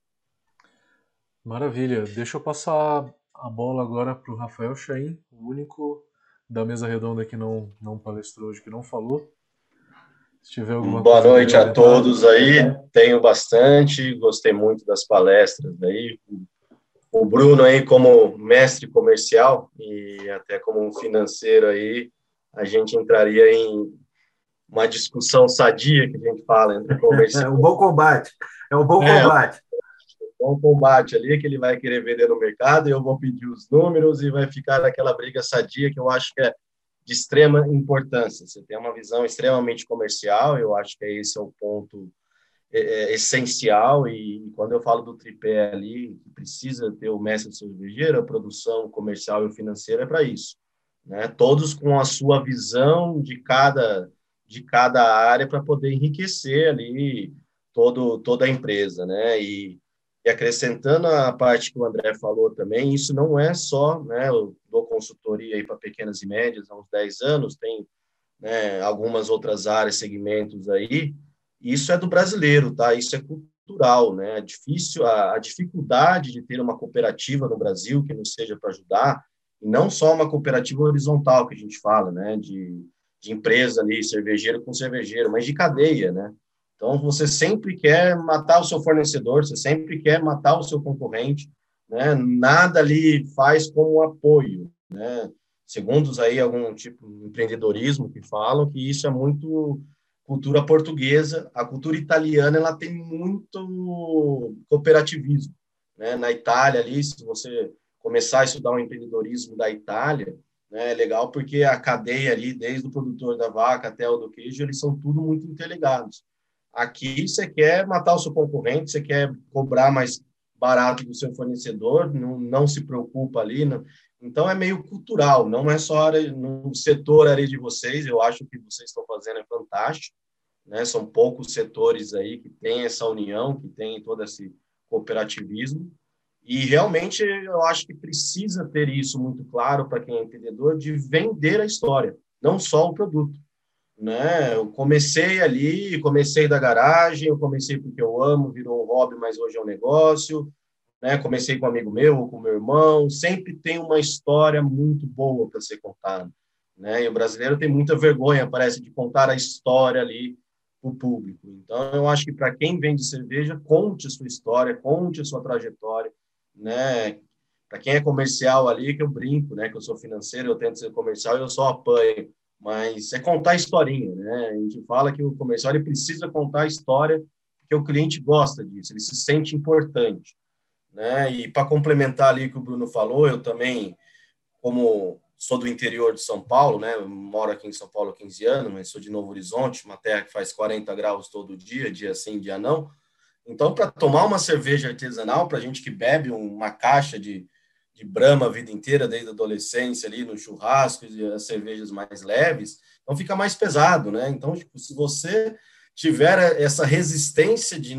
Maravilha. Deixa eu passar a bola agora para o Rafael Chaim, o único da mesa redonda que não, não palestrou hoje, que não falou. Se tiver alguma Boa coisa noite a todos aí, tenho bastante, gostei muito das palestras aí. O Bruno aí como mestre comercial e até como um financeiro aí, a gente entraria em uma discussão sadia que a gente fala entre comercial. É um bom combate, é um bom é, combate. É um combate ali que ele vai querer vender no mercado e eu vou pedir os números e vai ficar aquela briga sadia que eu acho que é de extrema importância. Você tem uma visão extremamente comercial, eu acho que esse é o ponto é, é, essencial, e, e quando eu falo do tripé ali, que precisa ter o mestre de cervejeiro, a produção comercial e o financeiro é para isso, né? Todos com a sua visão de cada de cada área para poder enriquecer ali todo, toda a empresa, né? E, e acrescentando a parte que o André falou também, isso não é só, né? Eu dou consultoria aí para pequenas e médias há uns dez anos, tem, né, algumas outras áreas, segmentos aí. Isso é do brasileiro, tá? Isso é cultural, né? É difícil, a, a dificuldade de ter uma cooperativa no Brasil que não seja para ajudar, e não só uma cooperativa horizontal que a gente fala, né? De, de empresa ali, cervejeiro com cervejeiro, mas de cadeia, né? Então, você sempre quer matar o seu fornecedor, você sempre quer matar o seu concorrente, né? Nada ali faz como apoio, né? Segundo aí algum tipo de empreendedorismo que falam que isso é muito cultura portuguesa. A cultura italiana ela tem muito cooperativismo, né? Na Itália ali, se você começar a estudar o empreendedorismo da Itália, né, é legal porque a cadeia ali, desde o produtor da vaca até o do queijo, eles são tudo muito interligados. Aqui você quer matar o seu concorrente, você quer cobrar mais barato do seu fornecedor, não, não se preocupa ali. Não. Então é meio cultural, não é só área, no setor ali de vocês, eu acho que vocês estão fazendo é fantástico, né? São poucos setores aí que tem essa união, que tem todo esse cooperativismo, e realmente eu acho que precisa ter isso muito claro para quem é empreendedor, de vender a história, não só o produto. Né? Eu comecei ali, comecei da garagem, eu comecei porque eu amo, virou um hobby, mas hoje é um negócio, né? Comecei com um amigo meu, ou com meu irmão, sempre tem uma história muito boa para ser contada, né? E o brasileiro tem muita vergonha, parece, de contar a história ali para o público. Então, eu acho que para quem vende cerveja, conte a sua história, conte a sua trajetória, né? Para quem é comercial ali, que eu brinco, né? Que eu sou financeiro, eu tento ser comercial e eu só apanho. Mas é contar a historinha, né? A gente fala que o comercial ele precisa contar a história porque o cliente gosta disso, ele se sente importante, né? E para complementar ali o que o Bruno falou, eu também, como sou do interior de São Paulo, né? Eu moro aqui em São Paulo há quinze anos, mas sou de Novo Horizonte, uma terra que faz quarenta graus todo dia, dia sim, dia não. Então, para tomar uma cerveja artesanal, para a gente que bebe uma caixa de de Brahma a vida inteira, desde a adolescência ali, no churrasco e as cervejas mais leves, então fica mais pesado, né? Então, tipo, se você tiver essa resistência de,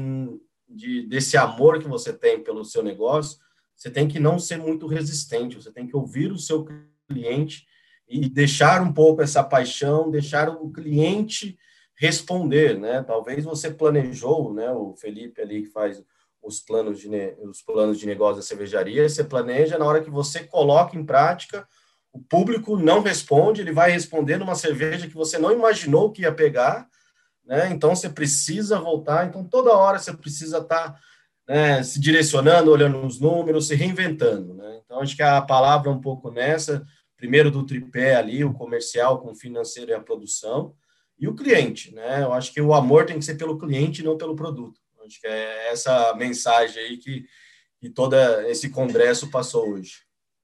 de, desse amor que você tem pelo seu negócio, você tem que não ser muito resistente, você tem que ouvir o seu cliente e deixar um pouco essa paixão, deixar o cliente responder, né? Talvez você planejou, né? O Felipe ali que faz os planos de, os planos de negócio da cervejaria, você planeja, na hora que você coloca em prática, o público não responde, ele vai responder numa cerveja que você não imaginou que ia pegar, né? Então você precisa voltar, então toda hora você precisa estar, né, se direcionando, olhando os números, se reinventando, né? Então acho que a palavra é um pouco nessa, primeiro do tripé ali, o comercial com o financeiro e a produção, e o cliente, né? Eu acho que o amor tem que ser pelo cliente e não pelo produto. Acho que é essa mensagem aí que, que todo esse congresso passou hoje.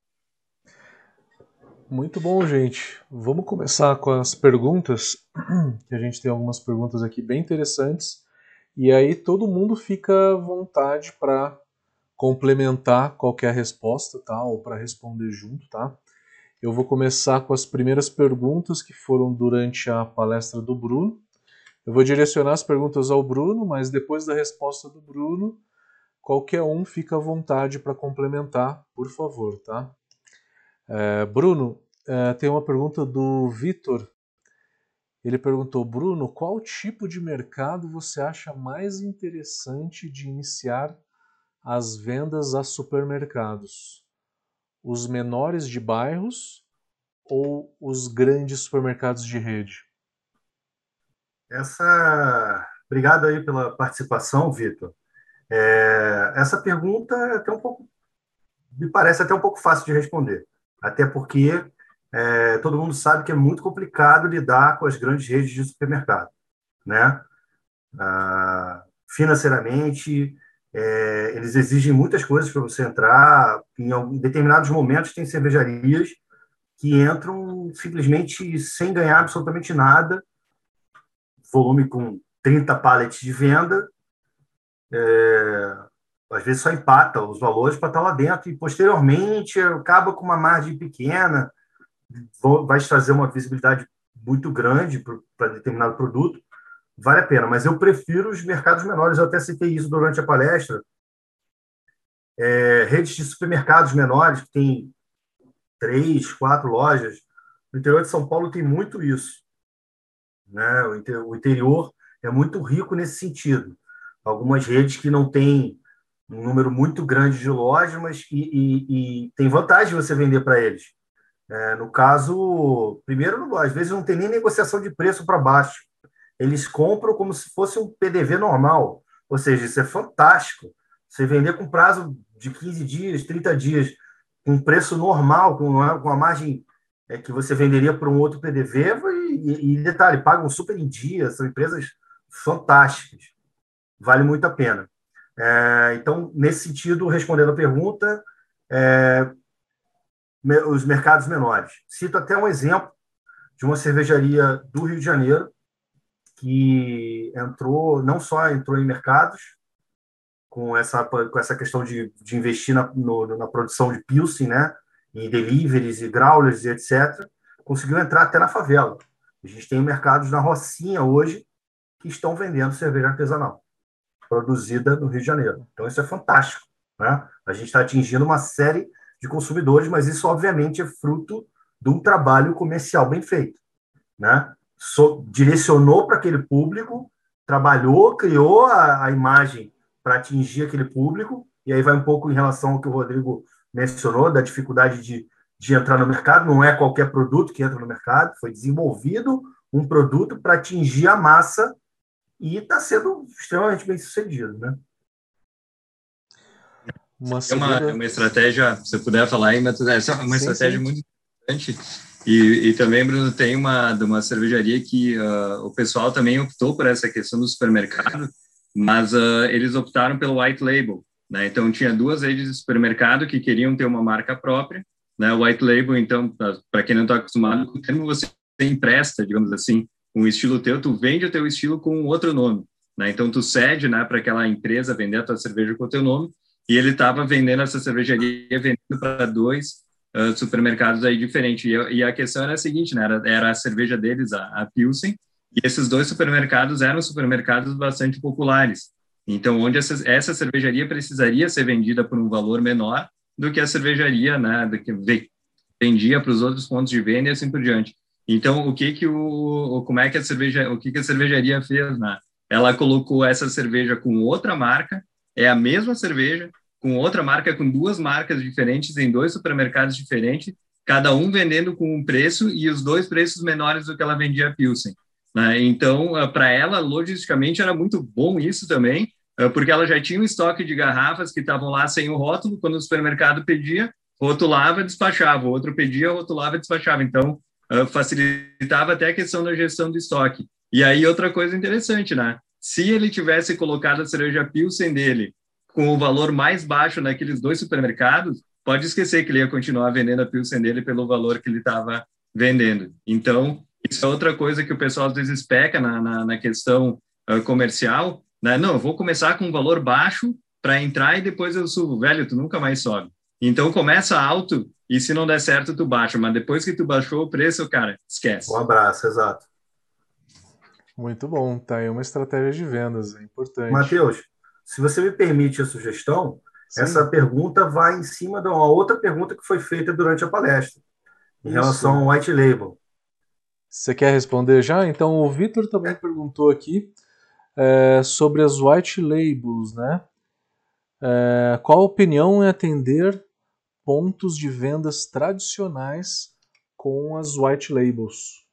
Muito bom, gente. Vamos começar com as perguntas, que a gente tem algumas perguntas aqui bem interessantes, e aí todo mundo fica à vontade para complementar qualquer resposta, tá? Ou para responder junto, tá? Eu vou começar com as primeiras perguntas que foram durante a palestra do Bruno. Eu vou direcionar as perguntas ao Bruno, mas depois da resposta do Bruno, qualquer um fica à vontade para complementar, por favor, tá? É, Bruno, é, tem uma pergunta do Vitor. Ele perguntou, Bruno, qual tipo de mercado você acha mais interessante de iniciar as vendas a supermercados? Os menores de bairros ou os grandes supermercados de rede? Essa... Obrigado aí pela participação, Vitor. É... Essa pergunta é até um pouco, me parece até um pouco fácil de responder, até porque é, todo mundo sabe que é muito complicado lidar com as grandes redes de supermercado, né? Ah, financeiramente, é, eles exigem muitas coisas para você entrar. Em, em determinados momentos, tem cervejarias que entram simplesmente sem ganhar absolutamente nada, volume com trinta pallets de venda, é, às vezes só empata os valores para estar lá dentro e, posteriormente, acaba com uma margem pequena, vai trazer uma visibilidade muito grande para determinado produto, vale a pena. Mas eu prefiro os mercados menores, eu até citei isso durante a palestra. É, redes de supermercados menores, que tem três, quatro lojas. No interior de São Paulo tem muito isso, né? O interior é muito rico nesse sentido. Algumas redes que não têm um número muito grande de lojas, mas e, e, e tem vantagem você vender para eles. É, no caso, primeiro, às vezes não tem nem negociação de preço para baixo. Eles compram como se fosse um P D V normal. Ou seja, isso é fantástico. Você vender com prazo de quinze dias, trinta dias, com preço normal, com uma, com a margem é, que você venderia para um outro P D V, e, e detalhe, pagam super em dia, são empresas fantásticas. Vale muito a pena. É, então, nesse sentido, respondendo a pergunta, é, os mercados menores. Cito até um exemplo de uma cervejaria do Rio de Janeiro que entrou, não só entrou em mercados com essa, com essa questão de, de investir na, no, na produção de Pilsen, né, em deliveries e growlers e etcétera, conseguiu entrar até na favela. A gente tem mercados na Rocinha hoje que estão vendendo cerveja artesanal, produzida no Rio de Janeiro. Então, isso é fantástico, né? A gente está atingindo uma série de consumidores, mas isso, obviamente, é fruto de um trabalho comercial bem feito, né? So, direcionou para aquele público, trabalhou, criou a, a imagem para atingir aquele público, e aí vai um pouco em relação ao que o Rodrigo mencionou, da dificuldade de, de entrar no mercado. Não é qualquer produto que entra no mercado, foi desenvolvido um produto para atingir a massa e está sendo extremamente bem sucedido, né? Uma, é uma, é uma estratégia, se eu puder falar aí, mas essa é uma sim, estratégia sim. muito importante. E, e também, Bruno, tem uma, de uma cervejaria que uh, o pessoal também optou por essa questão do supermercado, mas uh, eles optaram pelo white label, né? Então, tinha duas redes de supermercado que queriam ter uma marca própria, né? O white label, então, para quem não está acostumado com o termo, você empresta, digamos assim, um estilo teu, tu vende o teu estilo com outro nome, né? Então, tu cede, né, para aquela empresa vender a tua cerveja com o teu nome, e ele estava vendendo essa cervejaria, vendendo para dois uh, supermercados aí diferentes. E, e a questão era a seguinte, né? Era, era a cerveja deles, a, a Pilsen, e esses dois supermercados eram supermercados bastante populares. Então, onde essa, essa cervejaria precisaria ser vendida por um valor menor do que a cervejaria, né, do que vendia para os outros pontos de venda e assim por diante. Então, o que que o, como é que a cerveja, o que que a cervejaria fez, né? Ela colocou essa cerveja com outra marca, é a mesma cerveja, com outra marca, com duas marcas diferentes, em dois supermercados diferentes, cada um vendendo com um preço e os dois preços menores do que ela vendia a Pilsen, né? Então, para ela, logisticamente, era muito bom isso também, porque ela já tinha um estoque de garrafas que estavam lá sem o rótulo, quando o supermercado pedia, rotulava, despachava, o outro pedia, rotulava, despachava. Então, facilitava até a questão da gestão do estoque. E aí, outra coisa interessante, né? Se ele tivesse colocado a cerveja Pilsen dele com o valor mais baixo naqueles dois supermercados, pode esquecer que ele ia continuar vendendo a Pilsen dele pelo valor que ele estava vendendo. Então, isso é outra coisa que o pessoal às vezes peca na, na, na questão uh, comercial, né? Não, eu vou começar com um valor baixo para entrar e depois eu subo. Velho, tu nunca mais sobe. Então, começa alto e se não der certo, tu baixa. Mas depois que tu baixou o preço, cara, esquece. Um abraço, exato. Muito bom, tá aí uma estratégia de vendas, é importante. Matheus, se você me permite a sugestão, sim, essa pergunta vai em cima de uma outra pergunta que foi feita durante a palestra, em Isso. relação ao white label. Você quer responder já? Então, o Vitor também perguntou aqui é, sobre as white labels, né? É, qual a opinião em atender pontos de vendas tradicionais com as white labels?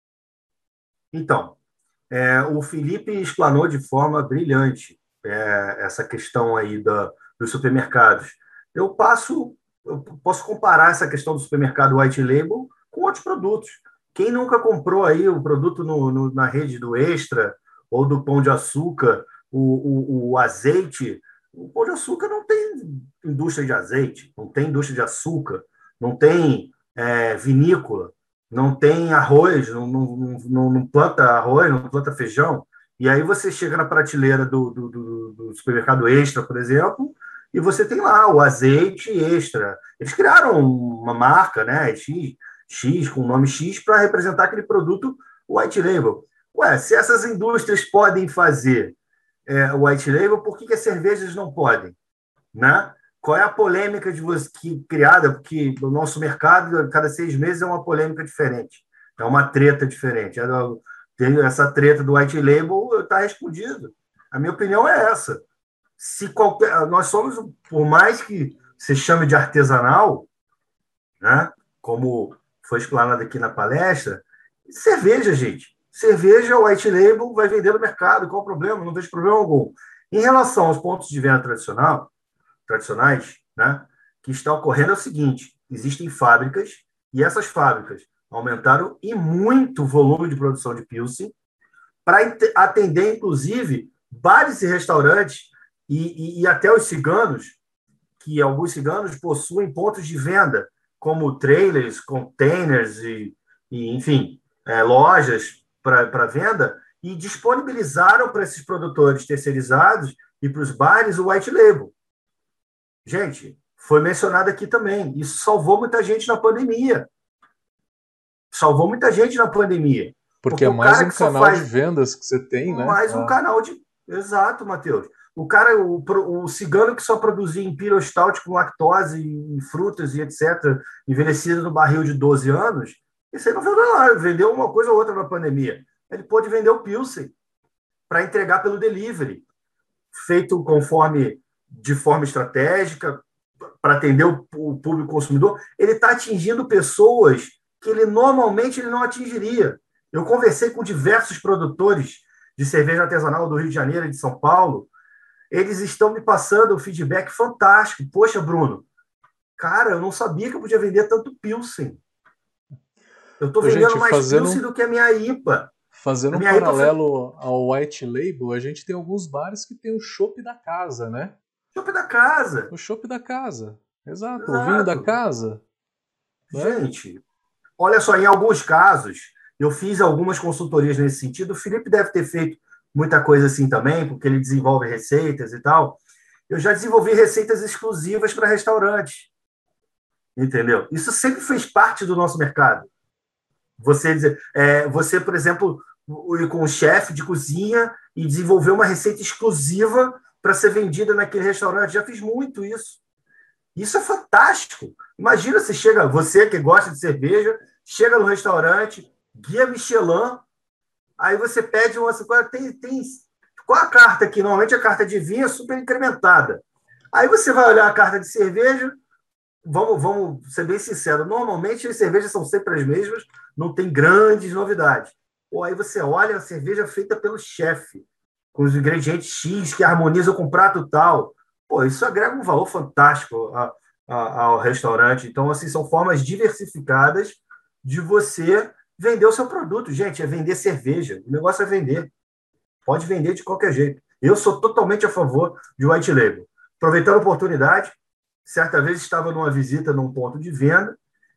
Então, é, o Felipe explanou de forma brilhante é, essa questão aí da, dos supermercados. Eu passo, eu posso comparar essa questão do supermercado white label com outros produtos. Quem nunca comprou aí o produto no, no, na rede do Extra ou do Pão de Açúcar, o, o, o azeite? O Pão de Açúcar não tem indústria de azeite, não tem indústria de açúcar, não tem é, vinícola, não tem arroz, não, não, não, não planta arroz, não planta feijão. E aí você chega na prateleira do, do, do, do supermercado Extra, por exemplo, e você tem lá o azeite Extra. Eles criaram uma marca, né? X, X, com o nome X, para representar aquele produto white label. Ué, se essas indústrias podem fazer é, white label, por que, que as cervejas não podem? Né? Qual é a polêmica de você, que, criada? Porque o nosso mercado, cada seis meses, é uma polêmica diferente. É uma treta diferente. Tem essa treta do white label, está respondido. A minha opinião é essa. Se qualquer, nós somos, por mais que se chame de artesanal, né, como foi explanado aqui na palestra, cerveja, gente. Cerveja, white label, vai vender no mercado. Qual o problema? Não vejo problema algum. Em relação aos pontos de venda tradicional, tradicionais, né, que está ocorrendo é o seguinte: existem fábricas, e essas fábricas aumentaram e muito o volume de produção de Pilsen para atender, inclusive, bares e restaurantes e, e, e até os ciganos, que alguns ciganos possuem pontos de venda, como trailers, containers e, e enfim, é, lojas para venda, e disponibilizaram para esses produtores terceirizados e para os bares o white label. Gente, foi mencionado aqui também, isso salvou muita gente na pandemia. Salvou muita gente na pandemia. Porque, porque é mais um canal faz... de vendas que você tem, né? Mais um ah. canal de... Exato, Matheus. O cara, o, o cigano que só produzia Imperial Stout com lactose e frutas e etcétera, envelhecido no barril de doze anos, esse aí não vendeu lá, vendeu uma coisa ou outra na pandemia. Ele pôde vender o Pilsen para entregar pelo delivery, feito conforme, de forma estratégica, para atender o, o público consumidor. Ele está atingindo pessoas que ele normalmente ele não atingiria. Eu conversei com diversos produtores de cerveja artesanal do Rio de Janeiro e de São Paulo. Eles estão me passando um feedback fantástico. Poxa, Bruno, cara, eu não sabia que eu podia vender tanto Pilsen. Eu estou vendendo gente, mais fazendo, Pilsen do que a minha I P A. Fazendo um paralelo foi... ao White Label, a gente tem alguns bares que tem o chopp da casa, né? Chopp da casa. O chopp da casa. Exato, Exato. O vinho da casa. Gente, né? Olha só, em alguns casos, eu fiz algumas consultorias nesse sentido. O Felipe deve ter feito muita coisa assim também, porque ele desenvolve receitas e tal. Eu já desenvolvi receitas exclusivas para restaurantes. Entendeu? Isso sempre fez parte do nosso mercado. Você, dizer, é, você por exemplo, ir com um chefe de cozinha e desenvolver uma receita exclusiva para ser vendida naquele restaurante. Já fiz muito isso. Isso é fantástico. Imagina se chega, você que gosta de cerveja, chega no restaurante, guia Michelin, aí você pede uma... Tem, tem, qual a carta aqui? Normalmente a carta de vinho é super incrementada. Aí você vai olhar a carta de cerveja, vamos, vamos ser bem sinceros, normalmente as cervejas são sempre as mesmas, não tem grandes novidades. Ou aí você olha a cerveja feita pelo chefe, com os ingredientes X, que harmonizam com o prato tal. Pô, isso agrega um valor fantástico a, a, ao restaurante. Então, assim, são formas diversificadas de você vender o seu produto. Gente, é vender cerveja. O negócio é vender. Pode vender de qualquer jeito. Eu sou totalmente a favor de white label. Aproveitando a oportunidade, certa vez estava numa visita num ponto de venda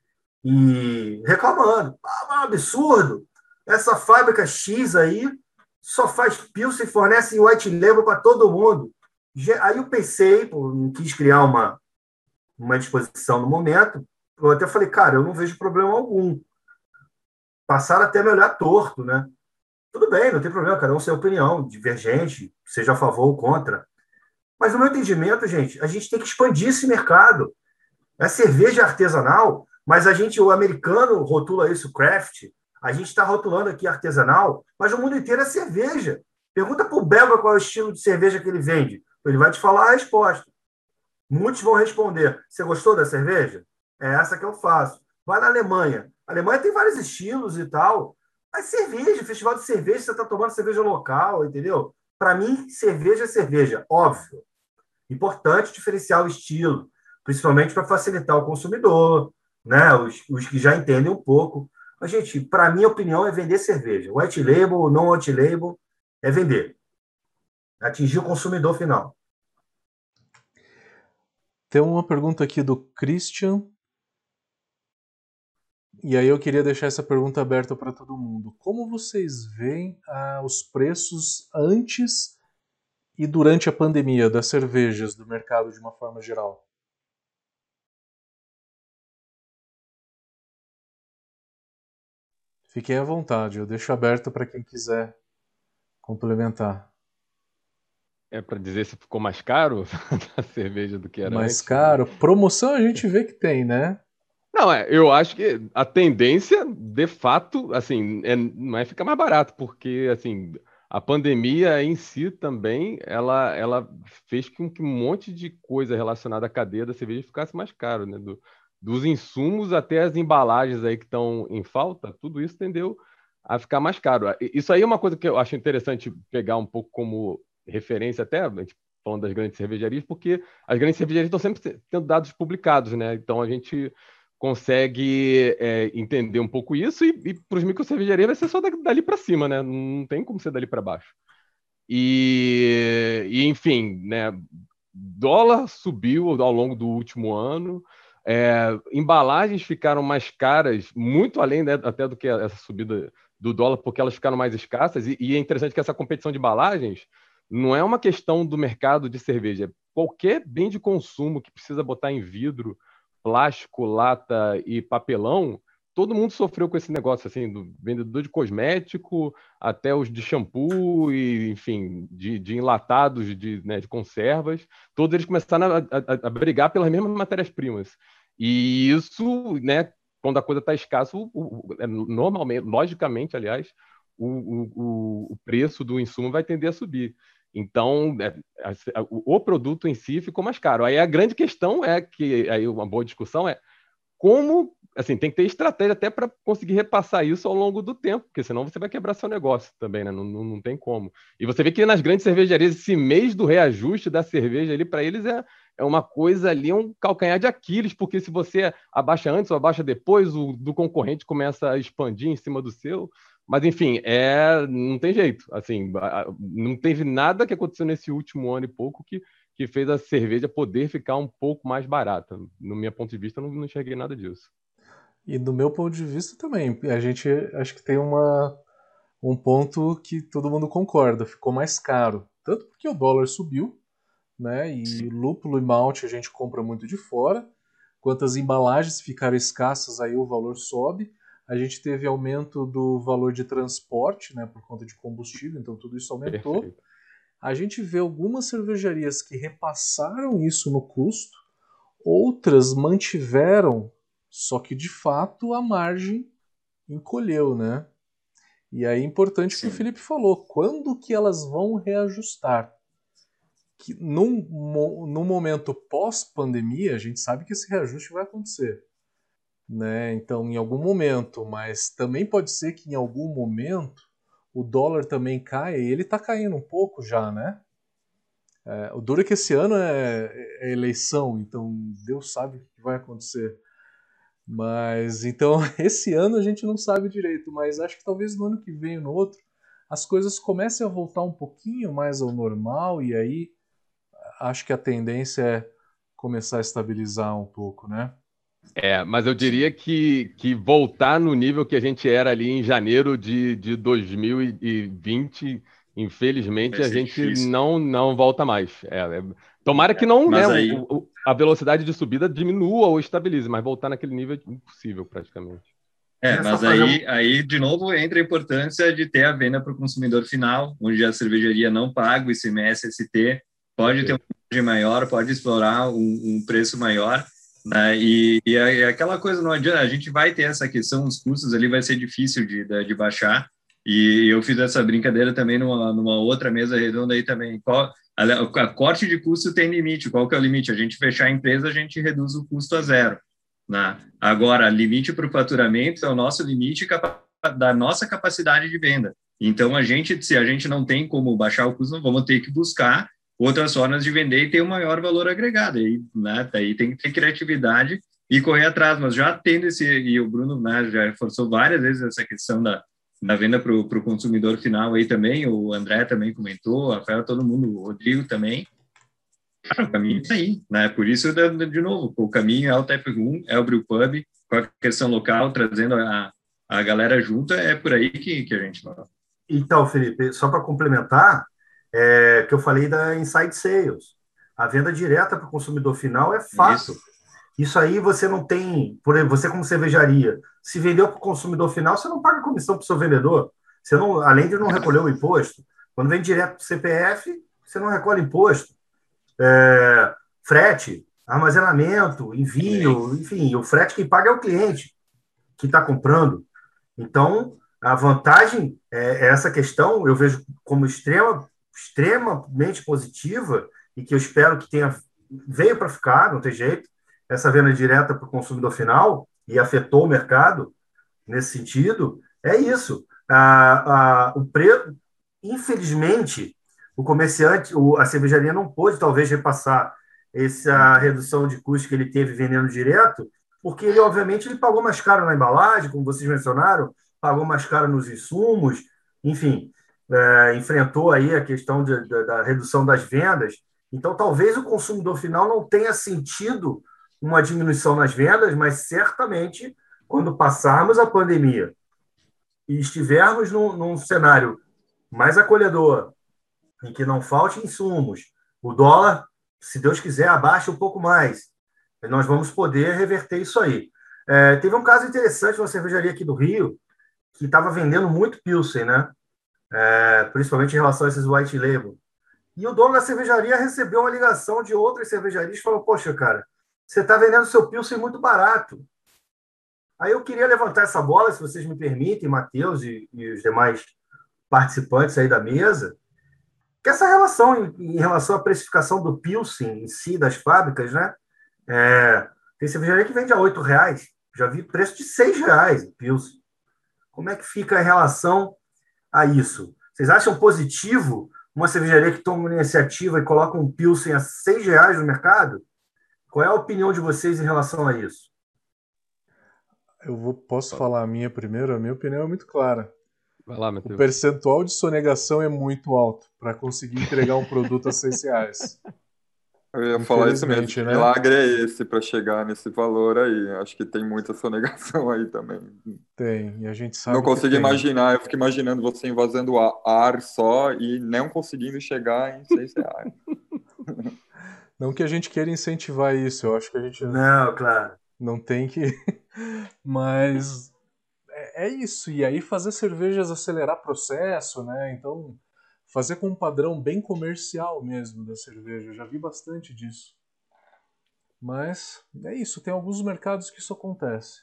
e reclamando. Ah, é um absurdo. Essa fábrica X aí só faz Pilsen e fornece white label para todo mundo. Aí eu pensei, pô, não quis criar uma, uma disposição no momento, eu até falei, cara, eu não vejo problema algum. Passaram até me olhar torto, né? Tudo bem, não tem problema, cada um tem opinião, divergente, seja a favor ou contra. Mas no meu entendimento, gente, a gente tem que expandir esse mercado. É cerveja artesanal, mas a gente, o americano rotula isso craft, a gente está rotulando aqui artesanal, mas o mundo inteiro é cerveja. Pergunta para o belga qual é o estilo de cerveja que ele vende. Ele vai te falar a resposta. Muitos vão responder, você gostou da cerveja? É essa que eu faço. Vai na Alemanha. A Alemanha tem vários estilos e tal. Mas cerveja, festival de cerveja, você está tomando cerveja local, entendeu? Para mim, cerveja é cerveja, óbvio. Importante diferenciar o estilo, principalmente para facilitar o consumidor, né? Os, os que já entendem um pouco. Mas, gente, para mim, a opinião é vender cerveja. White label, não white label, é vender. Atingir o consumidor final. Tem uma pergunta aqui do Christian. E aí eu queria deixar essa pergunta aberta para todo mundo. Como vocês veem ah, os preços antes e durante a pandemia das cervejas do mercado de uma forma geral? Fiquem à vontade, eu deixo aberto para quem quiser complementar. É para dizer se ficou mais caro a cerveja do que era mais antes? caro? Promoção a gente vê que tem, né? Não, é, eu acho que a tendência, de fato, assim, é, não é ficar mais barato, porque, assim, a pandemia em si também, ela, ela fez com que um monte de coisa relacionada à cadeia da cerveja ficasse mais caro, né? Do, dos insumos até as embalagens aí que estão em falta, tudo isso tendeu a ficar mais caro. Isso aí é uma coisa que eu acho interessante pegar um pouco como referência até, a gente falando das grandes cervejarias, porque as grandes cervejarias estão sempre tendo dados publicados, né? Então a gente consegue é, entender um pouco isso, e, e para os microcervejarias vai ser só dali para cima, né? Não tem como ser dali para baixo. E, e, enfim, né? Dólar subiu ao longo do último ano, é, embalagens ficaram mais caras, muito além, né, até do que essa subida do dólar, porque elas ficaram mais escassas, e, e é interessante que essa competição de embalagens não é uma questão do mercado de cerveja. Qualquer bem de consumo que precisa botar em vidro, plástico, lata e papelão, todo mundo sofreu com esse negócio, assim, do vendedor de cosmético até os de shampoo e, enfim, de, de enlatados, de, né, de conservas, todos eles começaram a, a, a brigar pelas mesmas matérias-primas. E isso, né, quando a coisa está escassa, o, o, normalmente, logicamente, aliás, o, o, o preço do insumo vai tender a subir. Então, é, a, a, o produto em si ficou mais caro. Aí a grande questão é que, aí uma boa discussão é como, assim, tem que ter estratégia até para conseguir repassar isso ao longo do tempo, porque senão você vai quebrar seu negócio também, né? Não, não, não tem como. E você vê que nas grandes cervejarias, esse mês do reajuste da cerveja ali, para eles é, é uma coisa ali, um calcanhar de Aquiles, porque se você abaixa antes ou abaixa depois, o do concorrente começa a expandir em cima do seu. Mas, enfim, é, não tem jeito. Assim, não teve nada que aconteceu nesse último ano e pouco que, que fez a cerveja poder ficar um pouco mais barata. No meu ponto de vista, eu não, não enxerguei nada disso. E do meu ponto de vista também. A gente acho que tem uma, um ponto que todo mundo concorda. Ficou mais caro. Tanto porque o dólar subiu, né? E Sim. lúpulo e malte a gente compra muito de fora. Quanto as embalagens ficaram escassas, aí o valor sobe. A gente teve aumento do valor de transporte, né, por conta de combustível, então tudo isso aumentou. Perfeito. A gente vê algumas cervejarias que repassaram isso no custo, outras mantiveram, só que de fato a margem encolheu, né? E aí é importante o que o Felipe falou, quando que elas vão reajustar? Que num, num momento pós-pandemia, a gente sabe que esse reajuste vai acontecer. Né? Então, em algum momento, mas também pode ser que em algum momento o dólar também caia, e ele está caindo um pouco já, né? É, o duro é que esse ano é, é eleição, então Deus sabe o que vai acontecer. Mas, então, esse ano a gente não sabe direito, mas acho que talvez no ano que vem ou no outro as coisas comecem a voltar um pouquinho mais ao normal, e aí acho que a tendência é começar a estabilizar um pouco, né? É, mas eu diria que, que voltar no nível que a gente era ali em janeiro de, de dois mil e vinte, infelizmente, a gente difícil. não, não volta mais. É, é, tomara que não, né, aí... o, o, a velocidade de subida diminua ou estabilize, mas voltar naquele nível é impossível praticamente. É, mas aí, aí, de novo, entra a importância de ter a venda para o consumidor final, onde a cervejaria não paga o I C M S S T, pode okay. ter uma margem maior, pode explorar um, um preço maior, né? E, e é aquela coisa, não adianta, a gente vai ter essa questão, os custos ali vai ser difícil de, de, de baixar, e eu fiz essa brincadeira também numa, numa outra mesa redonda aí também, qual, a, a corte de custo tem limite, qual que é o limite? A gente fechar a empresa, a gente reduz o custo a zero, né? Agora, limite para o faturamento é o nosso limite da nossa capacidade de venda, então a gente, se a gente não tem como baixar o custo, vamos ter que buscar outras formas de vender e ter um maior valor agregado. Aí, né, daí tem que ter criatividade e correr atrás, mas já tendo esse, e o Bruno, né, já reforçou várias vezes essa questão da, da venda para o consumidor final aí também, o André também comentou, a Rafael, todo mundo, o Rodrigo também. Cara, o caminho está aí, né? Por isso, de novo, o caminho é o Tap Room, é o Brewpub, com a questão local, trazendo a, a galera junto, é por aí que, que a gente vai. Então, Felipe, só para complementar, é, que eu falei da Inside Sales. A venda direta para o consumidor final é fato. Isso. Isso aí você não tem, por exemplo, você como cervejaria, se vendeu para o consumidor final, você não paga comissão para o seu vendedor. Você não, além de não recolher o imposto, quando vem direto para o C P F, você não recolhe imposto. É, frete, armazenamento, envio, enfim, o frete quem paga é o cliente que está comprando. Então, a vantagem é essa questão, eu vejo como extrema, extremamente positiva e que eu espero que tenha veio para ficar, não tem jeito, essa venda direta para o consumidor final e afetou o mercado nesse sentido, é isso. A, a, o preço, infelizmente, o comerciante, o, a cervejaria não pôde talvez repassar essa redução de custo que ele teve vendendo direto, porque ele, obviamente, ele pagou mais caro na embalagem, como vocês mencionaram, pagou mais caro nos insumos, enfim, é, enfrentou aí a questão de, de, da redução das vendas. Então, talvez o consumidor final não tenha sentido uma diminuição nas vendas, mas certamente, quando passarmos a pandemia e estivermos num, num cenário mais acolhedor, em que não falte insumos, o dólar, se Deus quiser, abaixa um pouco mais, nós vamos poder reverter isso aí. É, teve um caso interessante, uma cervejaria aqui do Rio, que estava vendendo muito Pilsen, né? É, principalmente em relação a esses white label. E o dono da cervejaria recebeu uma ligação de outras cervejarias e falou, poxa, cara, você está vendendo seu Pilsen muito barato. Aí eu queria levantar essa bola, se vocês me permitem, Matheus e, e os demais participantes aí da mesa, que essa relação em, em relação à precificação do Pilsen em si, das fábricas, né? É, tem cervejaria que vende a oito reais. Já vi preço de seis reais o Pilsen. Como é que fica em relação a isso? Vocês acham positivo uma cervejaria que toma uma iniciativa e coloca um Pilsen a seis reais no mercado? Qual é a opinião de vocês em relação a isso? Eu vou, posso falar a minha primeiro? A minha opinião é muito clara. Vai lá, Matheus. O percentual de sonegação é muito alto para conseguir entregar um produto a seis reais. Eu ia falar isso mesmo. Que né? milagre é esse para chegar nesse valor aí? Acho que tem muita sonegação aí também. Tem, e a gente sabe. Não consigo que imaginar, eu fico imaginando você invasando ar só e não conseguindo chegar em seis reais. Não que a gente queira incentivar isso, eu acho que a gente não, claro. não tem que. Mas é, é isso. E aí fazer cervejas acelerar processo, né? Então fazer com um padrão bem comercial mesmo da cerveja. Eu já vi bastante disso. Mas é isso, tem alguns mercados que isso acontece.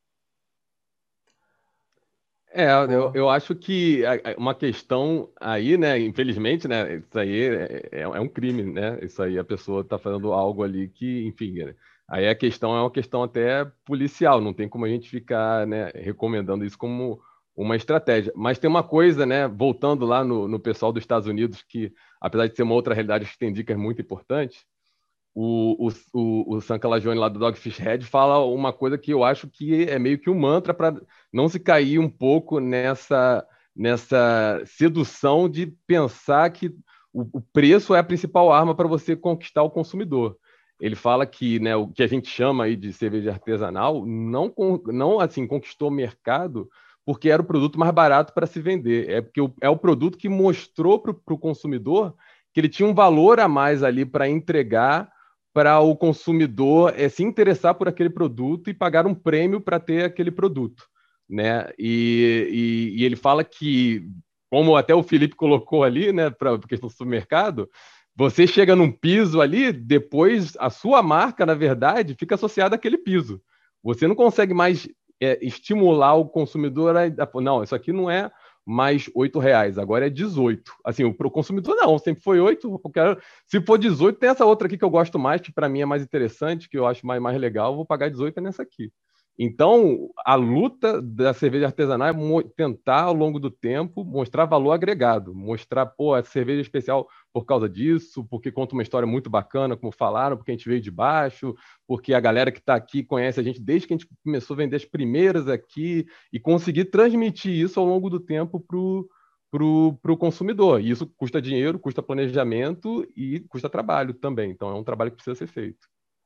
É, eu, eu acho que uma questão aí, né, infelizmente, né, isso aí é, é, é um crime, né, isso aí a pessoa está fazendo algo ali que, enfim, né, aí a questão é uma questão até policial, não tem como a gente ficar, né, recomendando isso como uma estratégia. Mas tem uma coisa, né, voltando lá no, no pessoal dos Estados Unidos, que apesar de ser uma outra realidade, que tem dicas muito importantes, o, o, o, o Sam Calagione lá do Dogfish Head fala uma coisa que eu acho que é meio que um mantra para não se cair um pouco nessa, nessa sedução de pensar que o, o preço é a principal arma para você conquistar o consumidor. Ele fala que, né, o que a gente chama aí de cerveja artesanal não, não assim, conquistou o mercado porque era o produto mais barato para se vender. É porque é o produto que mostrou para o consumidor que ele tinha um valor a mais ali para entregar para o consumidor é, se interessar por aquele produto e pagar um prêmio para ter aquele produto, né? E, e, e ele fala que, como até o Felipe colocou ali, né, para a questão do supermercado, você chega num piso ali, depois a sua marca, na verdade, fica associada àquele piso. Você não consegue mais é, estimular o consumidor a... Não, isso aqui não é mais oito reais, agora é dezoito. Assim, o consumidor não, sempre foi oito. Quero... Se for dezoito, tem essa outra aqui que eu gosto mais, que para mim é mais interessante, que eu acho mais, mais legal, eu vou pagar dezoito nessa aqui. Então, a luta da cerveja artesanal é tentar, ao longo do tempo, mostrar valor agregado, mostrar, pô, a cerveja é especial por causa disso, porque conta uma história muito bacana, como falaram, porque a gente veio de baixo, porque a galera que está aqui conhece a gente desde que a gente começou a vender as primeiras aqui, e conseguir transmitir isso ao longo do tempo para o pro, pro consumidor. E isso custa dinheiro, custa planejamento e custa trabalho também. Então, é um trabalho que precisa ser feito.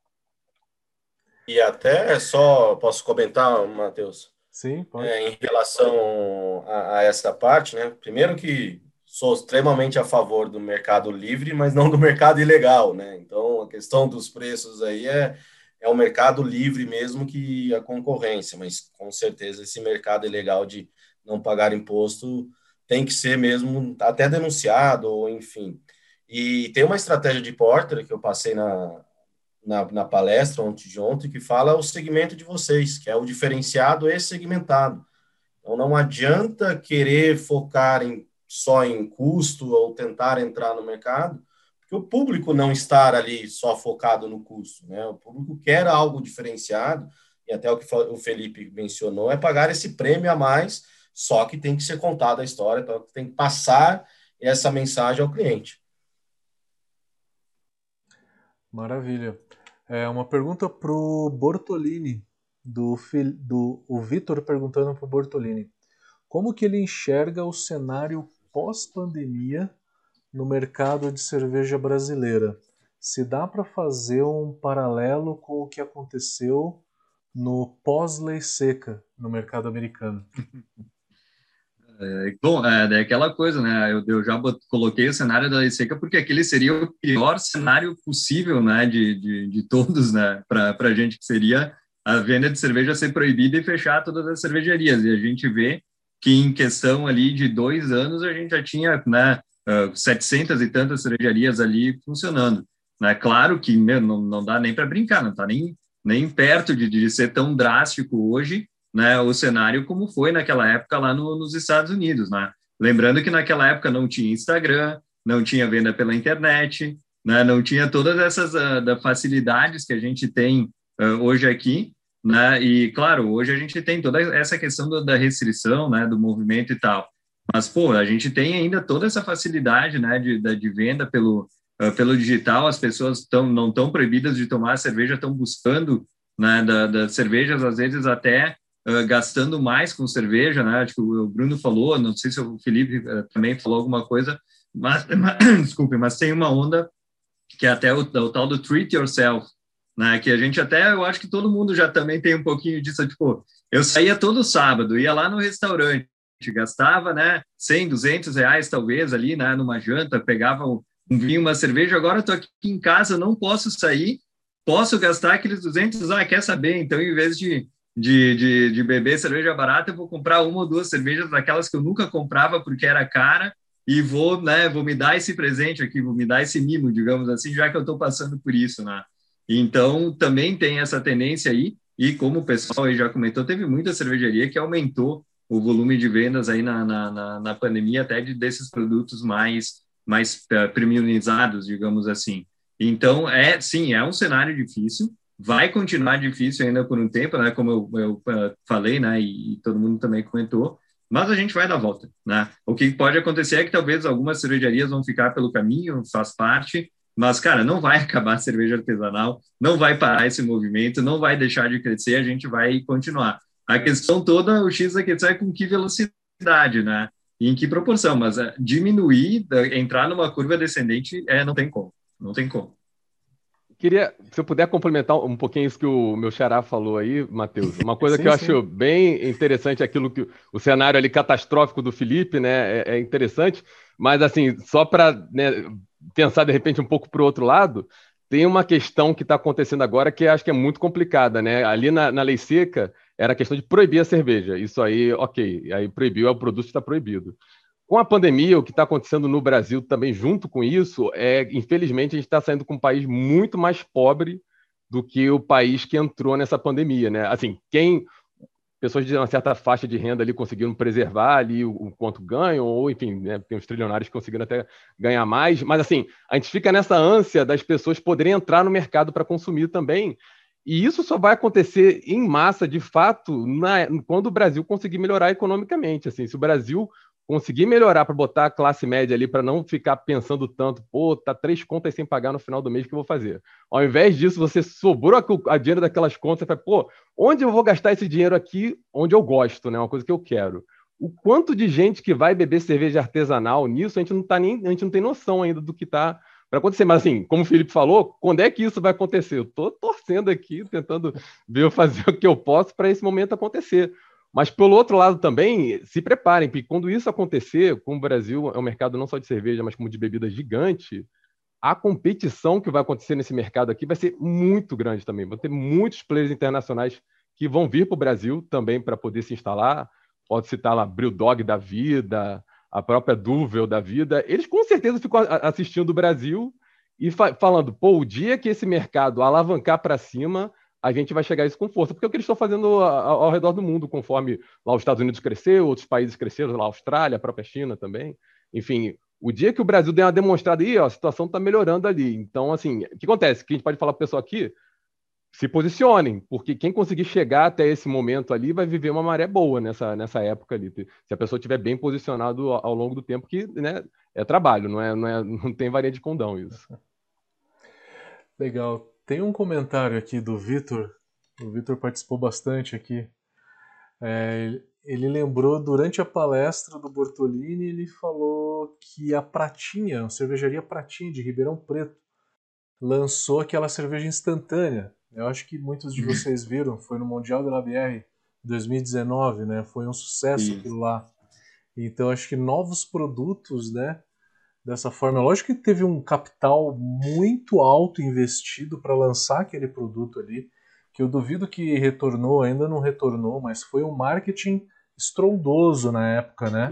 E até só posso comentar, Matheus? Sim, pode. É, em relação a, a essa parte, né? Primeiro que sou extremamente a favor do mercado livre, mas não do mercado ilegal, né? Então, a questão dos preços aí é, é um mercado livre mesmo que a concorrência, mas com certeza esse mercado ilegal de não pagar imposto tem que ser mesmo até denunciado, ou enfim. E tem uma estratégia de Porter que eu passei na, na, na palestra ontem de ontem, que fala o segmento de vocês, que é o diferenciado e segmentado. Então não adianta querer focar em, só em custo ou tentar entrar no mercado, porque o público não está ali só focado no custo, né? O público quer algo diferenciado, e até o que o Felipe mencionou, é pagar esse prêmio a mais, só que tem que ser contada a história, então tem que passar essa mensagem ao cliente. Maravilha. É uma pergunta para o Bortolini, do, do, o Vitor perguntando para o Bortolini. Como que ele enxerga o cenário pós-pandemia no mercado de cerveja brasileira? Se dá para fazer um paralelo com o que aconteceu no pós-lei seca no mercado americano? É, bom, é, é aquela coisa, né? Eu, eu já bot, coloquei o cenário da lei seca porque aquele seria o pior cenário possível, né? De, de, de todos, né? Para a gente, que seria a venda de cerveja ser proibida e fechar todas as cervejarias. E a gente vê que em questão ali de dois anos a gente já tinha, né? setecentas e tantas cervejarias ali funcionando. Né? Claro que meu, não, não dá nem para brincar, não está nem, nem perto de, de ser tão drástico hoje, né, o cenário como foi naquela época lá no, nos Estados Unidos. Né? Lembrando que naquela época não tinha Instagram, não tinha venda pela internet, né, não tinha todas essas uh, da facilidades que a gente tem uh, hoje aqui, né, e claro, hoje a gente tem toda essa questão do, da restrição, né, do movimento e tal. Mas, pô, a gente tem ainda toda essa facilidade, né, de, de venda pelo, uh, pelo digital, as pessoas tão, não estão proibidas de tomar cerveja, estão buscando, né, da, das cervejas, às vezes até uh, gastando mais com cerveja, né, acho que o Bruno falou, não sei se o Felipe uh, também falou alguma coisa, mas, mas desculpe, mas tem uma onda que é até o, o tal do treat yourself, né, que a gente até, eu acho que todo mundo já também tem um pouquinho disso, tipo, eu saía todo sábado, ia lá no restaurante, gastava, né, cem, duzentos reais talvez ali, né, numa janta, pegava um, um vinho, uma cerveja, agora eu tô aqui em casa, não posso sair, posso gastar aqueles duzentos, ah, quer saber, então em vez de, de, de, de beber cerveja barata, eu vou comprar uma ou duas cervejas daquelas que eu nunca comprava porque era cara e vou, né, vou me dar esse presente aqui, vou me dar esse mimo, digamos assim, já que eu tô passando por isso, né. Então também tem essa tendência aí, e como o pessoal aí já comentou, teve muita cervejaria que aumentou o volume de vendas aí na, na, na pandemia, até de, desses produtos mais, mais uh, premiumizados, digamos assim. Então, é, sim, é um cenário difícil, vai continuar difícil ainda por um tempo, né, como eu, eu uh, falei, né, e, e todo mundo também comentou, mas a gente vai dar volta, né. O que pode acontecer é que talvez algumas cervejarias vão ficar pelo caminho, faz parte, mas, cara, não vai acabar a cerveja artesanal, não vai parar esse movimento, não vai deixar de crescer, a gente vai continuar. A questão toda, o X da questão é com que velocidade, né? E em que proporção, mas é, diminuir, entrar numa curva descendente, é, não tem como, não tem como. Queria, se eu puder complementar um pouquinho isso que o meu xará falou aí, Matheus, uma coisa sim, que eu sim. acho bem interessante, aquilo que o cenário ali catastrófico do Felipe, né, é, é interessante, mas assim, só para, né, pensar de repente um pouco para o outro lado, tem uma questão que está acontecendo agora que acho que é muito complicada, né? Ali na, na lei seca era a questão de proibir a cerveja. Isso aí, ok. Aí proibiu, o produto está proibido. Com a pandemia, o que está acontecendo no Brasil também junto com isso, é, infelizmente, a gente está saindo com um país muito mais pobre do que o país que entrou nessa pandemia, né? Assim, quem... pessoas de uma certa faixa de renda ali conseguiram preservar ali o, o quanto ganham, ou enfim, né, tem os trilionários que conseguiram até ganhar mais, mas assim, a gente fica nessa ânsia das pessoas poderem entrar no mercado para consumir também, e isso só vai acontecer em massa, de fato, na, quando o Brasil conseguir melhorar economicamente. Assim, se o Brasil conseguir melhorar para botar a classe média ali, para não ficar pensando tanto, pô, tá três contas sem pagar no final do mês, o que eu vou fazer? Ao invés disso, você sobrou a, a dinheiro daquelas contas, você fala, pô, onde eu vou gastar esse dinheiro aqui? Onde eu gosto, né? Uma coisa que eu quero. O quanto de gente que vai beber cerveja artesanal nisso, a gente não, tá nem, a gente não tem noção ainda do que está para acontecer. Mas assim, como o Felipe falou, quando é que isso vai acontecer? Eu estou torcendo aqui, tentando ver eu fazer o que eu posso para esse momento acontecer. Mas, pelo outro lado também, se preparem, porque quando isso acontecer, como o Brasil é um mercado não só de cerveja, mas como de bebida gigante, a competição que vai acontecer nesse mercado aqui vai ser muito grande também. Vão ter muitos players internacionais que vão vir para o Brasil também para poder se instalar. Pode citar lá Brewdog da vida, a própria Duvel da vida. Eles com certeza ficam assistindo o Brasil e fa falando, pô, o dia que esse mercado alavancar para cima, a gente vai chegar a isso com força. Porque é o que eles estão fazendo ao, ao redor do mundo, conforme lá os Estados Unidos cresceu, outros países cresceram, lá a Austrália, a própria China também. Enfim, o dia que o Brasil der uma demonstrada aí, ó, a situação está melhorando ali. Então, assim, o que acontece? Que a gente pode falar para o pessoal aqui, se posicionem, porque quem conseguir chegar até esse momento ali vai viver uma maré boa nessa, nessa época ali. Se a pessoa estiver bem posicionado ao, ao longo do tempo, que, né, é trabalho, não, é, não, é, não tem varinha de condão isso. Legal. Tem um comentário aqui do Vitor. O Vitor participou bastante aqui. É, ele lembrou, durante a palestra do Bortolini, ele falou que a Pratinha, a cervejaria Pratinha de Ribeirão Preto, lançou aquela cerveja instantânea. Eu acho que muitos de vocês viram, foi no Mundial de la Bière dois mil e dezenove, né? Foi um sucesso Sim. aquilo lá. Então acho que novos produtos, né? Dessa forma, lógico que teve um capital muito alto investido para lançar aquele produto ali, que eu duvido que retornou, ainda não retornou, mas foi um marketing estrondoso na época, né?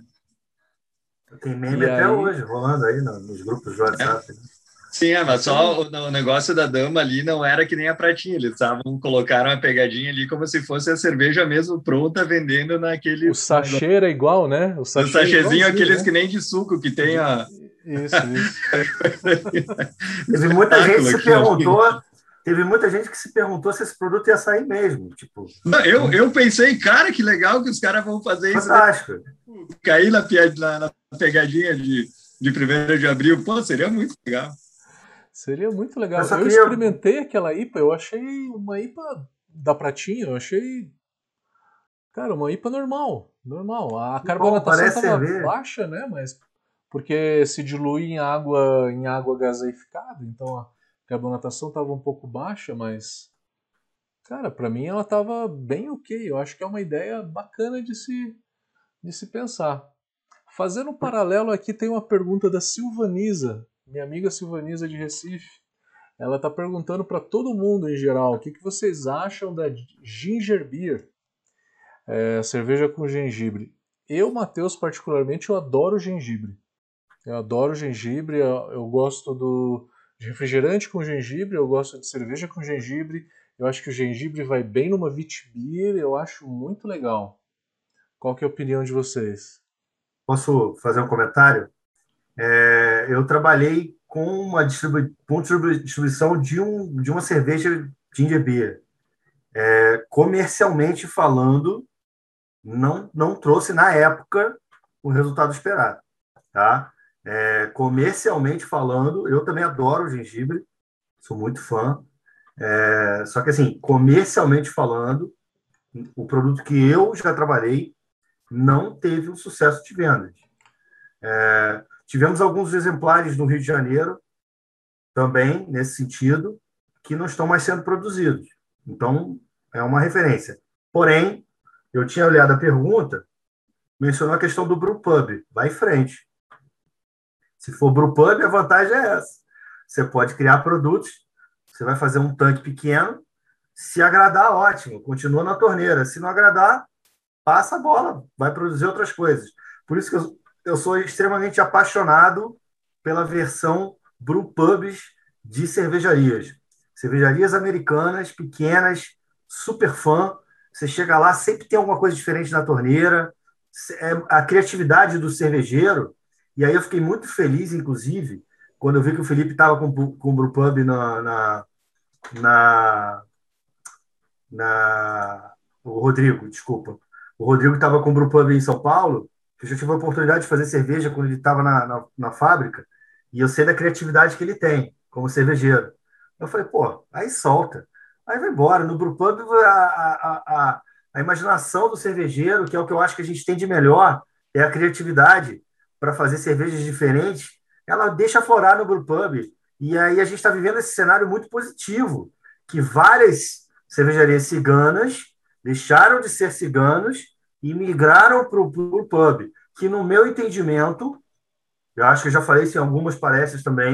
Tem meme E até aí- hoje, rolando aí no- nos grupos de WhatsApp. Sim, é, mas só o, o negócio da dama ali não era que nem a pratinha. Eles estavam, colocaram a pegadinha ali como se fosse a cerveja mesmo pronta, vendendo naquele... O sachê era igual, né? O O sachê sachezinho, igualzinho, aqueles né? que nem de suco, que tem a... Isso, isso. Teve muita gente que se Espetáculo, perguntou, teve muita gente que se perguntou se esse produto ia sair mesmo. Tipo, Não, eu, eu pensei, cara, que legal que os caras vão fazer isso. né? fantástico. Cair na, pia- na- na pegadinha de, de primeiro de abril. Pô, seria muito legal. Seria muito legal. Eu só Eu queria- experimentei aquela I P A, eu achei uma I P A da Pratinha, eu achei, cara, uma I P A normal, normal. A Que carbonatação bom, parece estava cerveja. baixa, né, mas porque se dilui em água, em água gaseificada, então a carbonatação estava um pouco baixa, mas cara, para mim ela estava bem ok. Eu acho que é uma ideia bacana de se de se pensar. Fazendo um paralelo aqui, tem uma pergunta da Silvanisa, minha amiga Silvanisa de Recife. Ela está perguntando para todo mundo em geral, o que, que vocês acham da ginger beer, é, cerveja com gengibre. Eu, Matheus, particularmente, eu adoro gengibre. Eu adoro gengibre, eu, eu gosto do, de refrigerante com gengibre, eu gosto de cerveja com gengibre. Eu acho que o gengibre vai bem numa Witbier, eu acho muito legal. Qual que é a opinião de vocês? Posso fazer um comentário? É, eu trabalhei com uma distribui com distribuição de, um, de uma cerveja ginger beer. É, comercialmente falando, não, não trouxe na época o resultado esperado. Tá? É, comercialmente falando, eu também adoro gengibre, sou muito fã. É, só que, assim, comercialmente falando, o produto que eu já trabalhei não teve um sucesso de vendas. É, tivemos alguns exemplares no Rio de Janeiro, também nesse sentido, que não estão mais sendo produzidos. Então, é uma referência. Porém, eu tinha olhado a pergunta, mencionou a questão do brewpub. Vai em frente. Se for brewpub, a vantagem é essa. Você pode criar produtos, você vai fazer um tanque pequeno, se agradar, ótimo, continua na torneira. Se não agradar, passa a bola, vai produzir outras coisas. Por isso que eu, eu sou extremamente apaixonado pela versão brewpubs de cervejarias. Cervejarias americanas, pequenas, super fã. Você chega lá, sempre tem alguma coisa diferente na torneira. É a criatividade do cervejeiro. E aí eu fiquei muito feliz, inclusive, quando eu vi que o Felipe estava com, com o brewpub na... na, na, na o Rodrigo, desculpa. O Rodrigo estava com o brewpub em São Paulo, que eu já tive a oportunidade de fazer cerveja quando ele estava na, na, na fábrica, e eu sei da criatividade que ele tem como cervejeiro. Eu falei, pô, aí solta. Aí vai embora. No brewpub, a, a, a, a imaginação do cervejeiro, que é o que eu acho que a gente tem de melhor, é a criatividade para fazer cervejas diferentes, ela deixa aflorar no brewpub. E aí a gente está vivendo esse cenário muito positivo, que várias cervejarias ciganas deixaram de ser ciganos e migraram para o brewpub, que no meu entendimento, eu acho que eu já falei isso em algumas palestras também,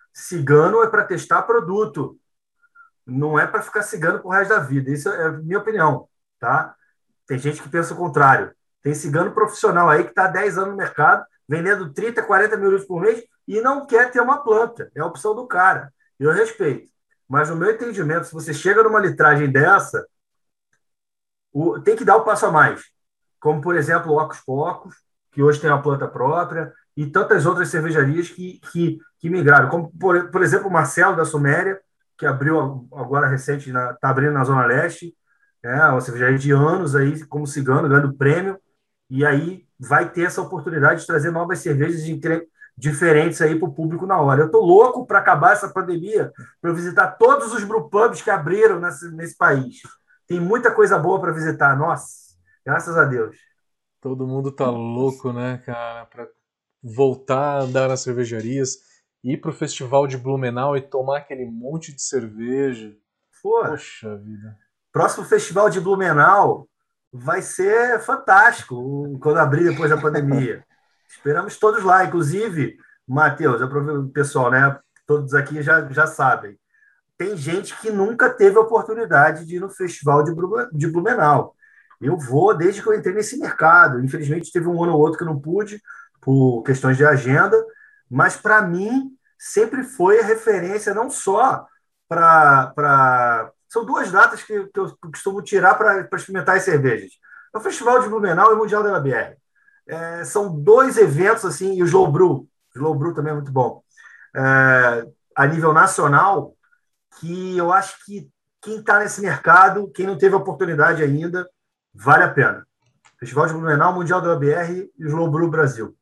Cigano é para testar produto, não é para ficar cigano pro resto da vida. Isso é a minha opinião, tá? Tem gente que pensa o contrário. Tem cigano profissional aí que está há dez anos no mercado, vendendo trinta, quarenta mil livros por mês e não quer ter uma planta. É a opção do cara. Eu respeito. Mas, no meu entendimento, se você chega numa litragem dessa, o, tem que dar o passo a mais. Como, por exemplo, o Ocos Pocos, que hoje tem uma planta própria, e tantas outras cervejarias que, que, que migraram. Como, por, por exemplo, o Marcelo, da Suméria, que abriu agora recente, está abrindo na Zona Leste, é uma cervejaria de anos aí, como cigano, ganhando prêmio, e aí vai ter essa oportunidade de trazer novas cervejas diferentes aí para o público na hora. Eu estou louco para acabar essa pandemia, para visitar todos os brewpubs que abriram nesse, nesse país. Tem muita coisa boa para visitar, nossa, graças a Deus. Todo mundo tá louco, né, cara, para voltar a andar nas cervejarias, ir pro festival de Blumenau e tomar aquele monte de cerveja. Pô, poxa vida. Próximo festival de Blumenau vai ser fantástico quando abrir depois da pandemia. Esperamos todos lá. Inclusive, Matheus, o pessoal, né? Todos aqui já, já sabem. Tem gente que nunca teve a oportunidade de ir no festival de Blumenau. Eu vou desde que eu entrei nesse mercado. Infelizmente, teve um ano ou outro que eu não pude, por questões de agenda, mas para mim sempre foi a referência, não só para. Pra... São duas datas que, que eu costumo tirar para experimentar as cervejas. É o Festival de Blumenau e o Mundial da B R. É, são dois eventos, assim, e o Slow Brew. O Slow Brew também é muito bom. É, a nível nacional, que eu acho que quem está nesse mercado, quem não teve a oportunidade ainda, vale a pena. Festival de Blumenau, Mundial da B R e o Slow Brew Brasil.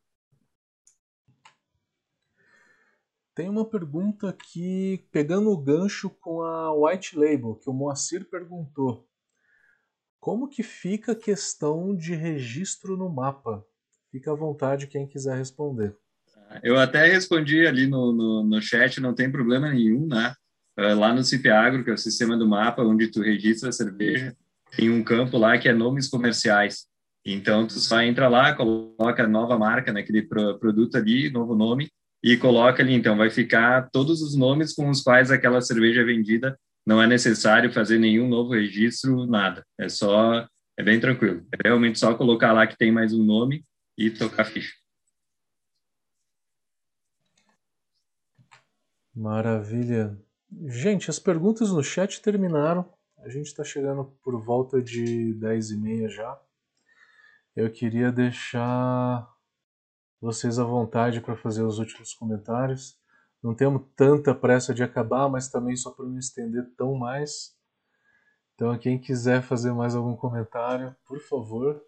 Tem uma pergunta aqui, pegando o gancho com a White Label, que o Moacir perguntou. Como que fica a questão de registro no mapa? Fica à vontade quem quiser responder. Eu até respondi ali no, no, no chat, não tem problema nenhum, né? Lá no CIPAgro, que é o sistema do mapa, onde tu registra a cerveja, tem um campo lá que é nomes comerciais. Então, tu só entra lá, coloca a nova marca naquele produto ali, novo nome, e coloca ali. Então, vai ficar todos os nomes com os quais aquela cerveja é vendida. Não é necessário fazer nenhum novo registro, nada. É só, é bem tranquilo. É realmente só colocar lá que tem mais um nome e tocar a ficha. Maravilha. Gente, as perguntas no chat terminaram. A gente está chegando por volta de dez e meia já. Eu queria deixar vocês à vontade para fazer os últimos comentários. Não temos tanta pressa de acabar, mas também só para não estender tão mais. Então, quem quiser fazer mais algum comentário, por favor.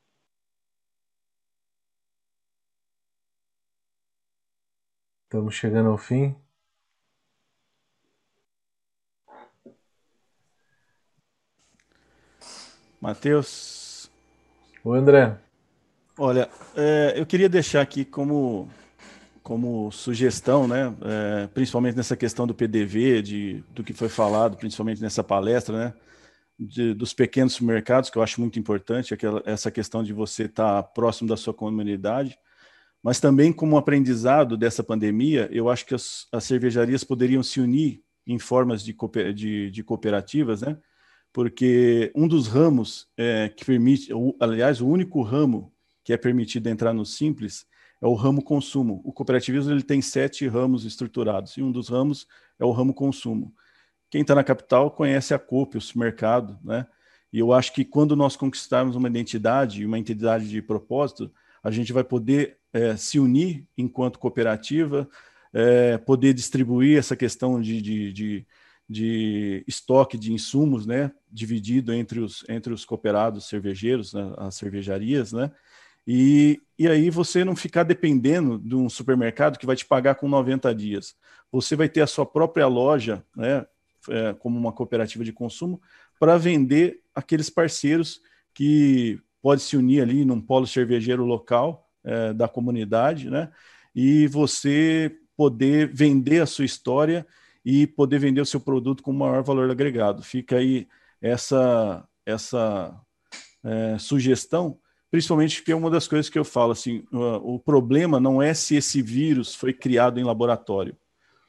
Estamos chegando ao fim. Matheus. Oi, André. Olha, é, eu queria deixar aqui como, como sugestão, né, é, principalmente nessa questão do P D V, de, do que foi falado, principalmente nessa palestra, né, de, dos pequenos supermercados, que eu acho muito importante, aquela, essa questão de você estar próximo da sua comunidade, mas também como aprendizado dessa pandemia, eu acho que as, as cervejarias poderiam se unir em formas de, cooper, de, de cooperativas, né, porque um dos ramos é, que permite, aliás, o único ramo que é permitido entrar no Simples é o ramo consumo. O cooperativismo ele tem sete ramos estruturados, e um dos ramos é o ramo consumo. Quem está na capital conhece a Coop, o supermercado, né? E eu acho que quando nós conquistarmos uma identidade, uma entidade de propósito, a gente vai poder é, se unir enquanto cooperativa, é, poder distribuir essa questão de, de, de, de estoque de insumos, né? Dividido entre os, entre os cooperados cervejeiros, né? As cervejarias, né? E, e aí você não ficar dependendo de um supermercado que vai te pagar com noventa dias. Você vai ter a sua própria loja, né, é, como uma cooperativa de consumo, para vender aqueles parceiros que pode se unir ali num polo cervejeiro local é, da comunidade, né, e você poder vender a sua história e poder vender o seu produto com maior valor agregado. Fica aí essa, essa é, sugestão, principalmente porque é uma das coisas que eu falo, assim, o problema não é se esse vírus foi criado em laboratório.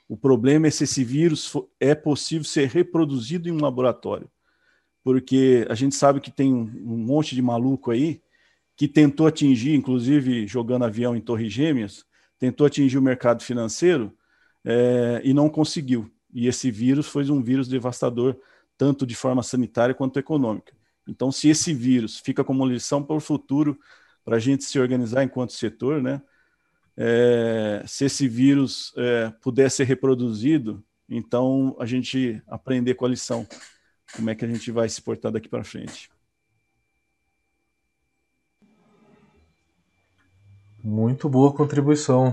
O problema é se esse vírus é possível ser reproduzido em um laboratório. Porque a gente sabe que tem um monte de maluco aí que tentou atingir, inclusive jogando avião em Torres Gêmeas, tentou atingir o mercado financeiro é, e não conseguiu. E esse vírus foi um vírus devastador, tanto de forma sanitária quanto econômica. Então, se esse vírus fica como lição para o futuro, para a gente se organizar enquanto setor, né? É, se esse vírus é, puder ser reproduzido, então a gente aprender com a lição, como é que a gente vai se portar daqui para frente. Muito boa contribuição.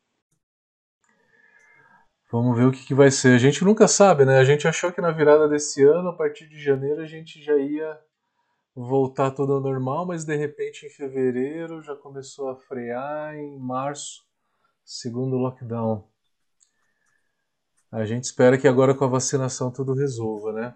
Vamos ver o que, que vai ser. A gente nunca sabe, né? A gente achou que na virada desse ano, a partir de janeiro, a gente já ia voltar tudo ao normal, mas de repente em fevereiro já começou a frear, em março, segundo lockdown. A gente espera que agora com a vacinação tudo resolva, né?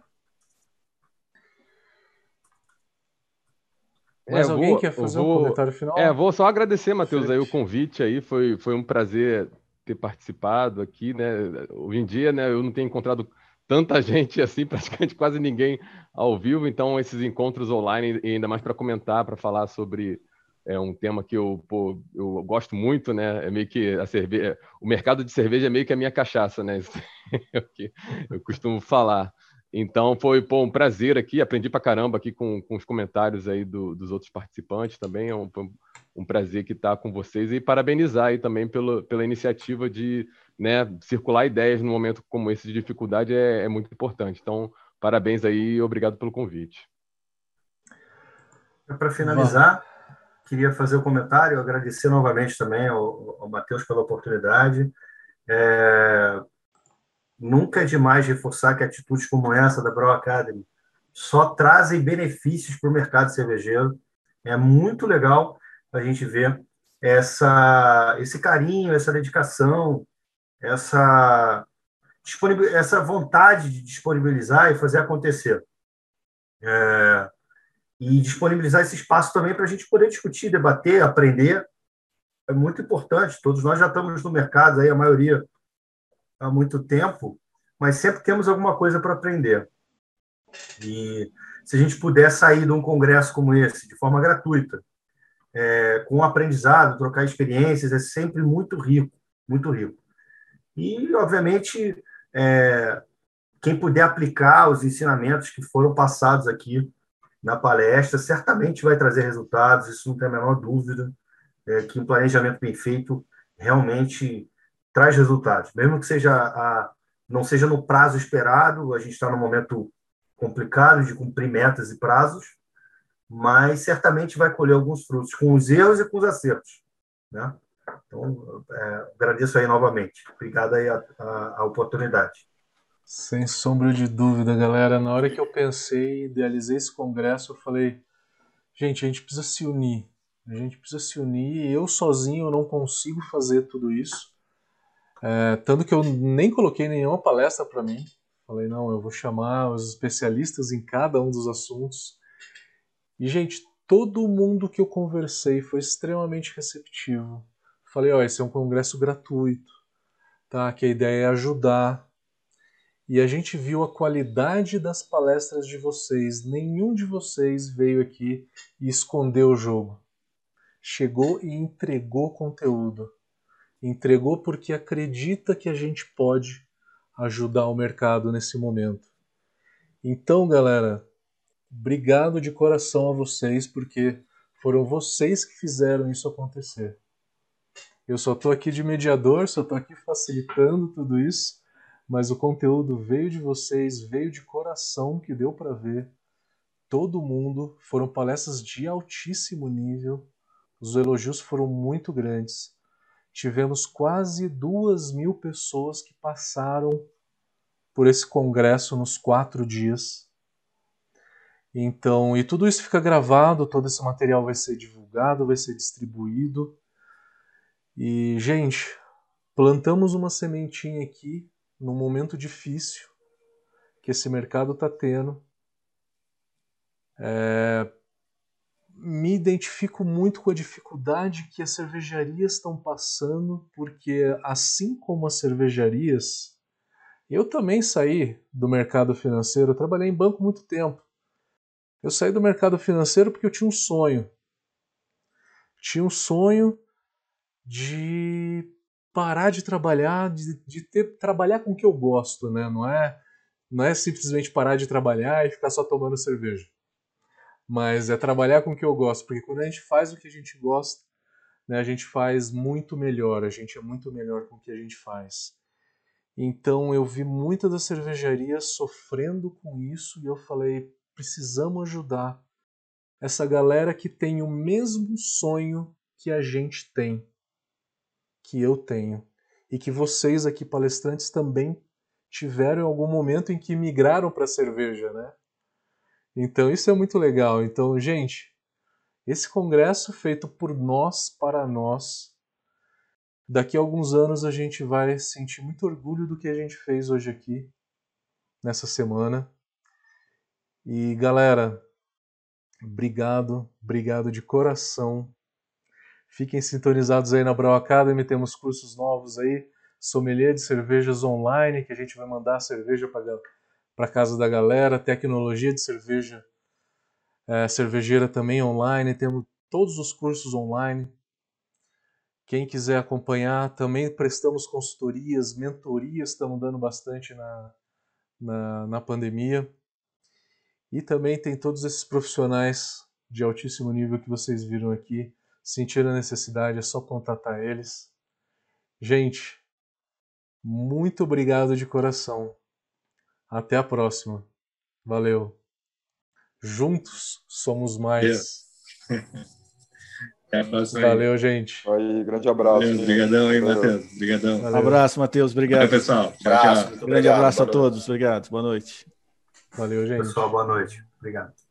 Mais é, alguém vou, quer fazer vou, um comentário final? É, vou só agradecer, Matheus, aí o convite aí, foi, foi um prazer ter participado aqui, né? Hoje em dia, né, eu não tenho encontrado tanta gente assim, praticamente quase ninguém ao vivo, então esses encontros online, e ainda mais para comentar, para falar sobre é, um tema que eu, pô, eu gosto muito, né? É meio que a cerveja, o mercado de cerveja é meio que a minha cachaça, né? Isso é o que eu costumo falar. Então foi, pô, um prazer aqui, aprendi pra caramba aqui com, com os comentários aí do, dos outros participantes também, é um, um prazer que estar com vocês e parabenizar aí também pelo, pela iniciativa de, né, circular ideias num momento como esse de dificuldade é, é muito importante. Então, parabéns aí e obrigado pelo convite. Para finalizar, queria fazer o um comentário, agradecer novamente também ao, ao Matheus pela oportunidade. É, nunca é demais reforçar que atitudes como essa da Brau Academy só trazem benefícios para o mercado cervejeiro. É muito legal a gente ver essa, esse carinho, essa dedicação, essa, essa vontade de disponibilizar e fazer acontecer. É, e disponibilizar esse espaço também para a gente poder discutir, debater, aprender. É muito importante. Todos nós já estamos no mercado, aí a maioria há muito tempo, mas sempre temos alguma coisa para aprender. E se a gente puder sair de um congresso como esse, de forma gratuita, é, com aprendizado, trocar experiências, é sempre muito rico, muito rico. E, obviamente, é, quem puder aplicar os ensinamentos que foram passados aqui na palestra, certamente vai trazer resultados, isso não tem a menor dúvida, é, que um planejamento bem feito realmente traz resultados. Mesmo que seja a, não seja no prazo esperado, a gente está num momento complicado de cumprir metas e prazos, mas certamente vai colher alguns frutos, com os erros e com os acertos, né? Então, é, agradeço aí novamente. Obrigado aí a, a, a oportunidade. Sem sombra de dúvida, galera. Na hora que eu pensei, idealizei esse congresso, eu falei, gente, a gente precisa se unir. A gente precisa se unir. Eu sozinho eu não consigo fazer tudo isso. É, tanto que eu nem coloquei nenhuma palestra para mim. Falei, não, eu vou chamar os especialistas em cada um dos assuntos. E, gente, todo mundo que eu conversei foi extremamente receptivo. Falei, ó, esse é um congresso gratuito, tá? Que a ideia é ajudar. E a gente viu a qualidade das palestras de vocês. Nenhum de vocês veio aqui e escondeu o jogo. Chegou e entregou conteúdo. Entregou porque acredita que a gente pode ajudar o mercado nesse momento. Então, galera, obrigado de coração a vocês, porque foram vocês que fizeram isso acontecer. Eu só estou aqui de mediador, só estou aqui facilitando tudo isso, mas o conteúdo veio de vocês, veio de coração, que deu para ver. Todo mundo, foram palestras de altíssimo nível, os elogios foram muito grandes. Tivemos quase duas mil pessoas que passaram por esse congresso nos quatro dias. Então, e tudo isso fica gravado, todo esse material vai ser divulgado, vai ser distribuído. E, gente, plantamos uma sementinha aqui num momento difícil que esse mercado está tendo. É... me identifico muito com a dificuldade que as cervejarias estão passando, porque assim como as cervejarias, eu também saí do mercado financeiro, eu trabalhei em banco muito tempo. Eu saí do mercado financeiro porque eu tinha um sonho. Tinha um sonho de parar de trabalhar, de, de ter, trabalhar com o que eu gosto, né? Não é, não é simplesmente parar de trabalhar e ficar só tomando cerveja. Mas é trabalhar com o que eu gosto, porque quando a gente faz o que a gente gosta, né, a gente faz muito melhor, a gente é muito melhor com o que a gente faz. Então eu vi muitas das cervejarias sofrendo com isso e eu falei, precisamos ajudar essa galera que tem o mesmo sonho que a gente tem, que eu tenho, e que vocês aqui palestrantes também tiveram em algum momento em que migraram para a cerveja, né? Então isso é muito legal. Então, gente, esse congresso feito por nós, para nós, daqui a alguns anos a gente vai sentir muito orgulho do que a gente fez hoje aqui, nessa semana. E galera, obrigado, obrigado de coração. Fiquem sintonizados aí na Brau Academy, temos cursos novos aí, sommelier de cervejas online, que a gente vai mandar cerveja para casa da galera, tecnologia de cerveja, é, cervejeira também online, temos todos os cursos online. Quem quiser acompanhar, também prestamos consultorias, mentorias, estamos dando bastante na, na, na pandemia. E também tem todos esses profissionais de altíssimo nível que vocês viram aqui. Sentiram a necessidade, é só contatar eles. Gente, muito obrigado de coração. Até a próxima. Valeu. Juntos somos mais. Até a próxima. Valeu, gente. Aí, grande abraço. Obrigadão aí, Matheus. Obrigadão. Abraço, Matheus. Obrigado. Valeu, pessoal. Tchau, Abraço, tchau. muito Grande obrigado, abraço a boa noite. todos. Obrigado. Boa noite. Valeu, gente. Pessoal, boa noite. Obrigado.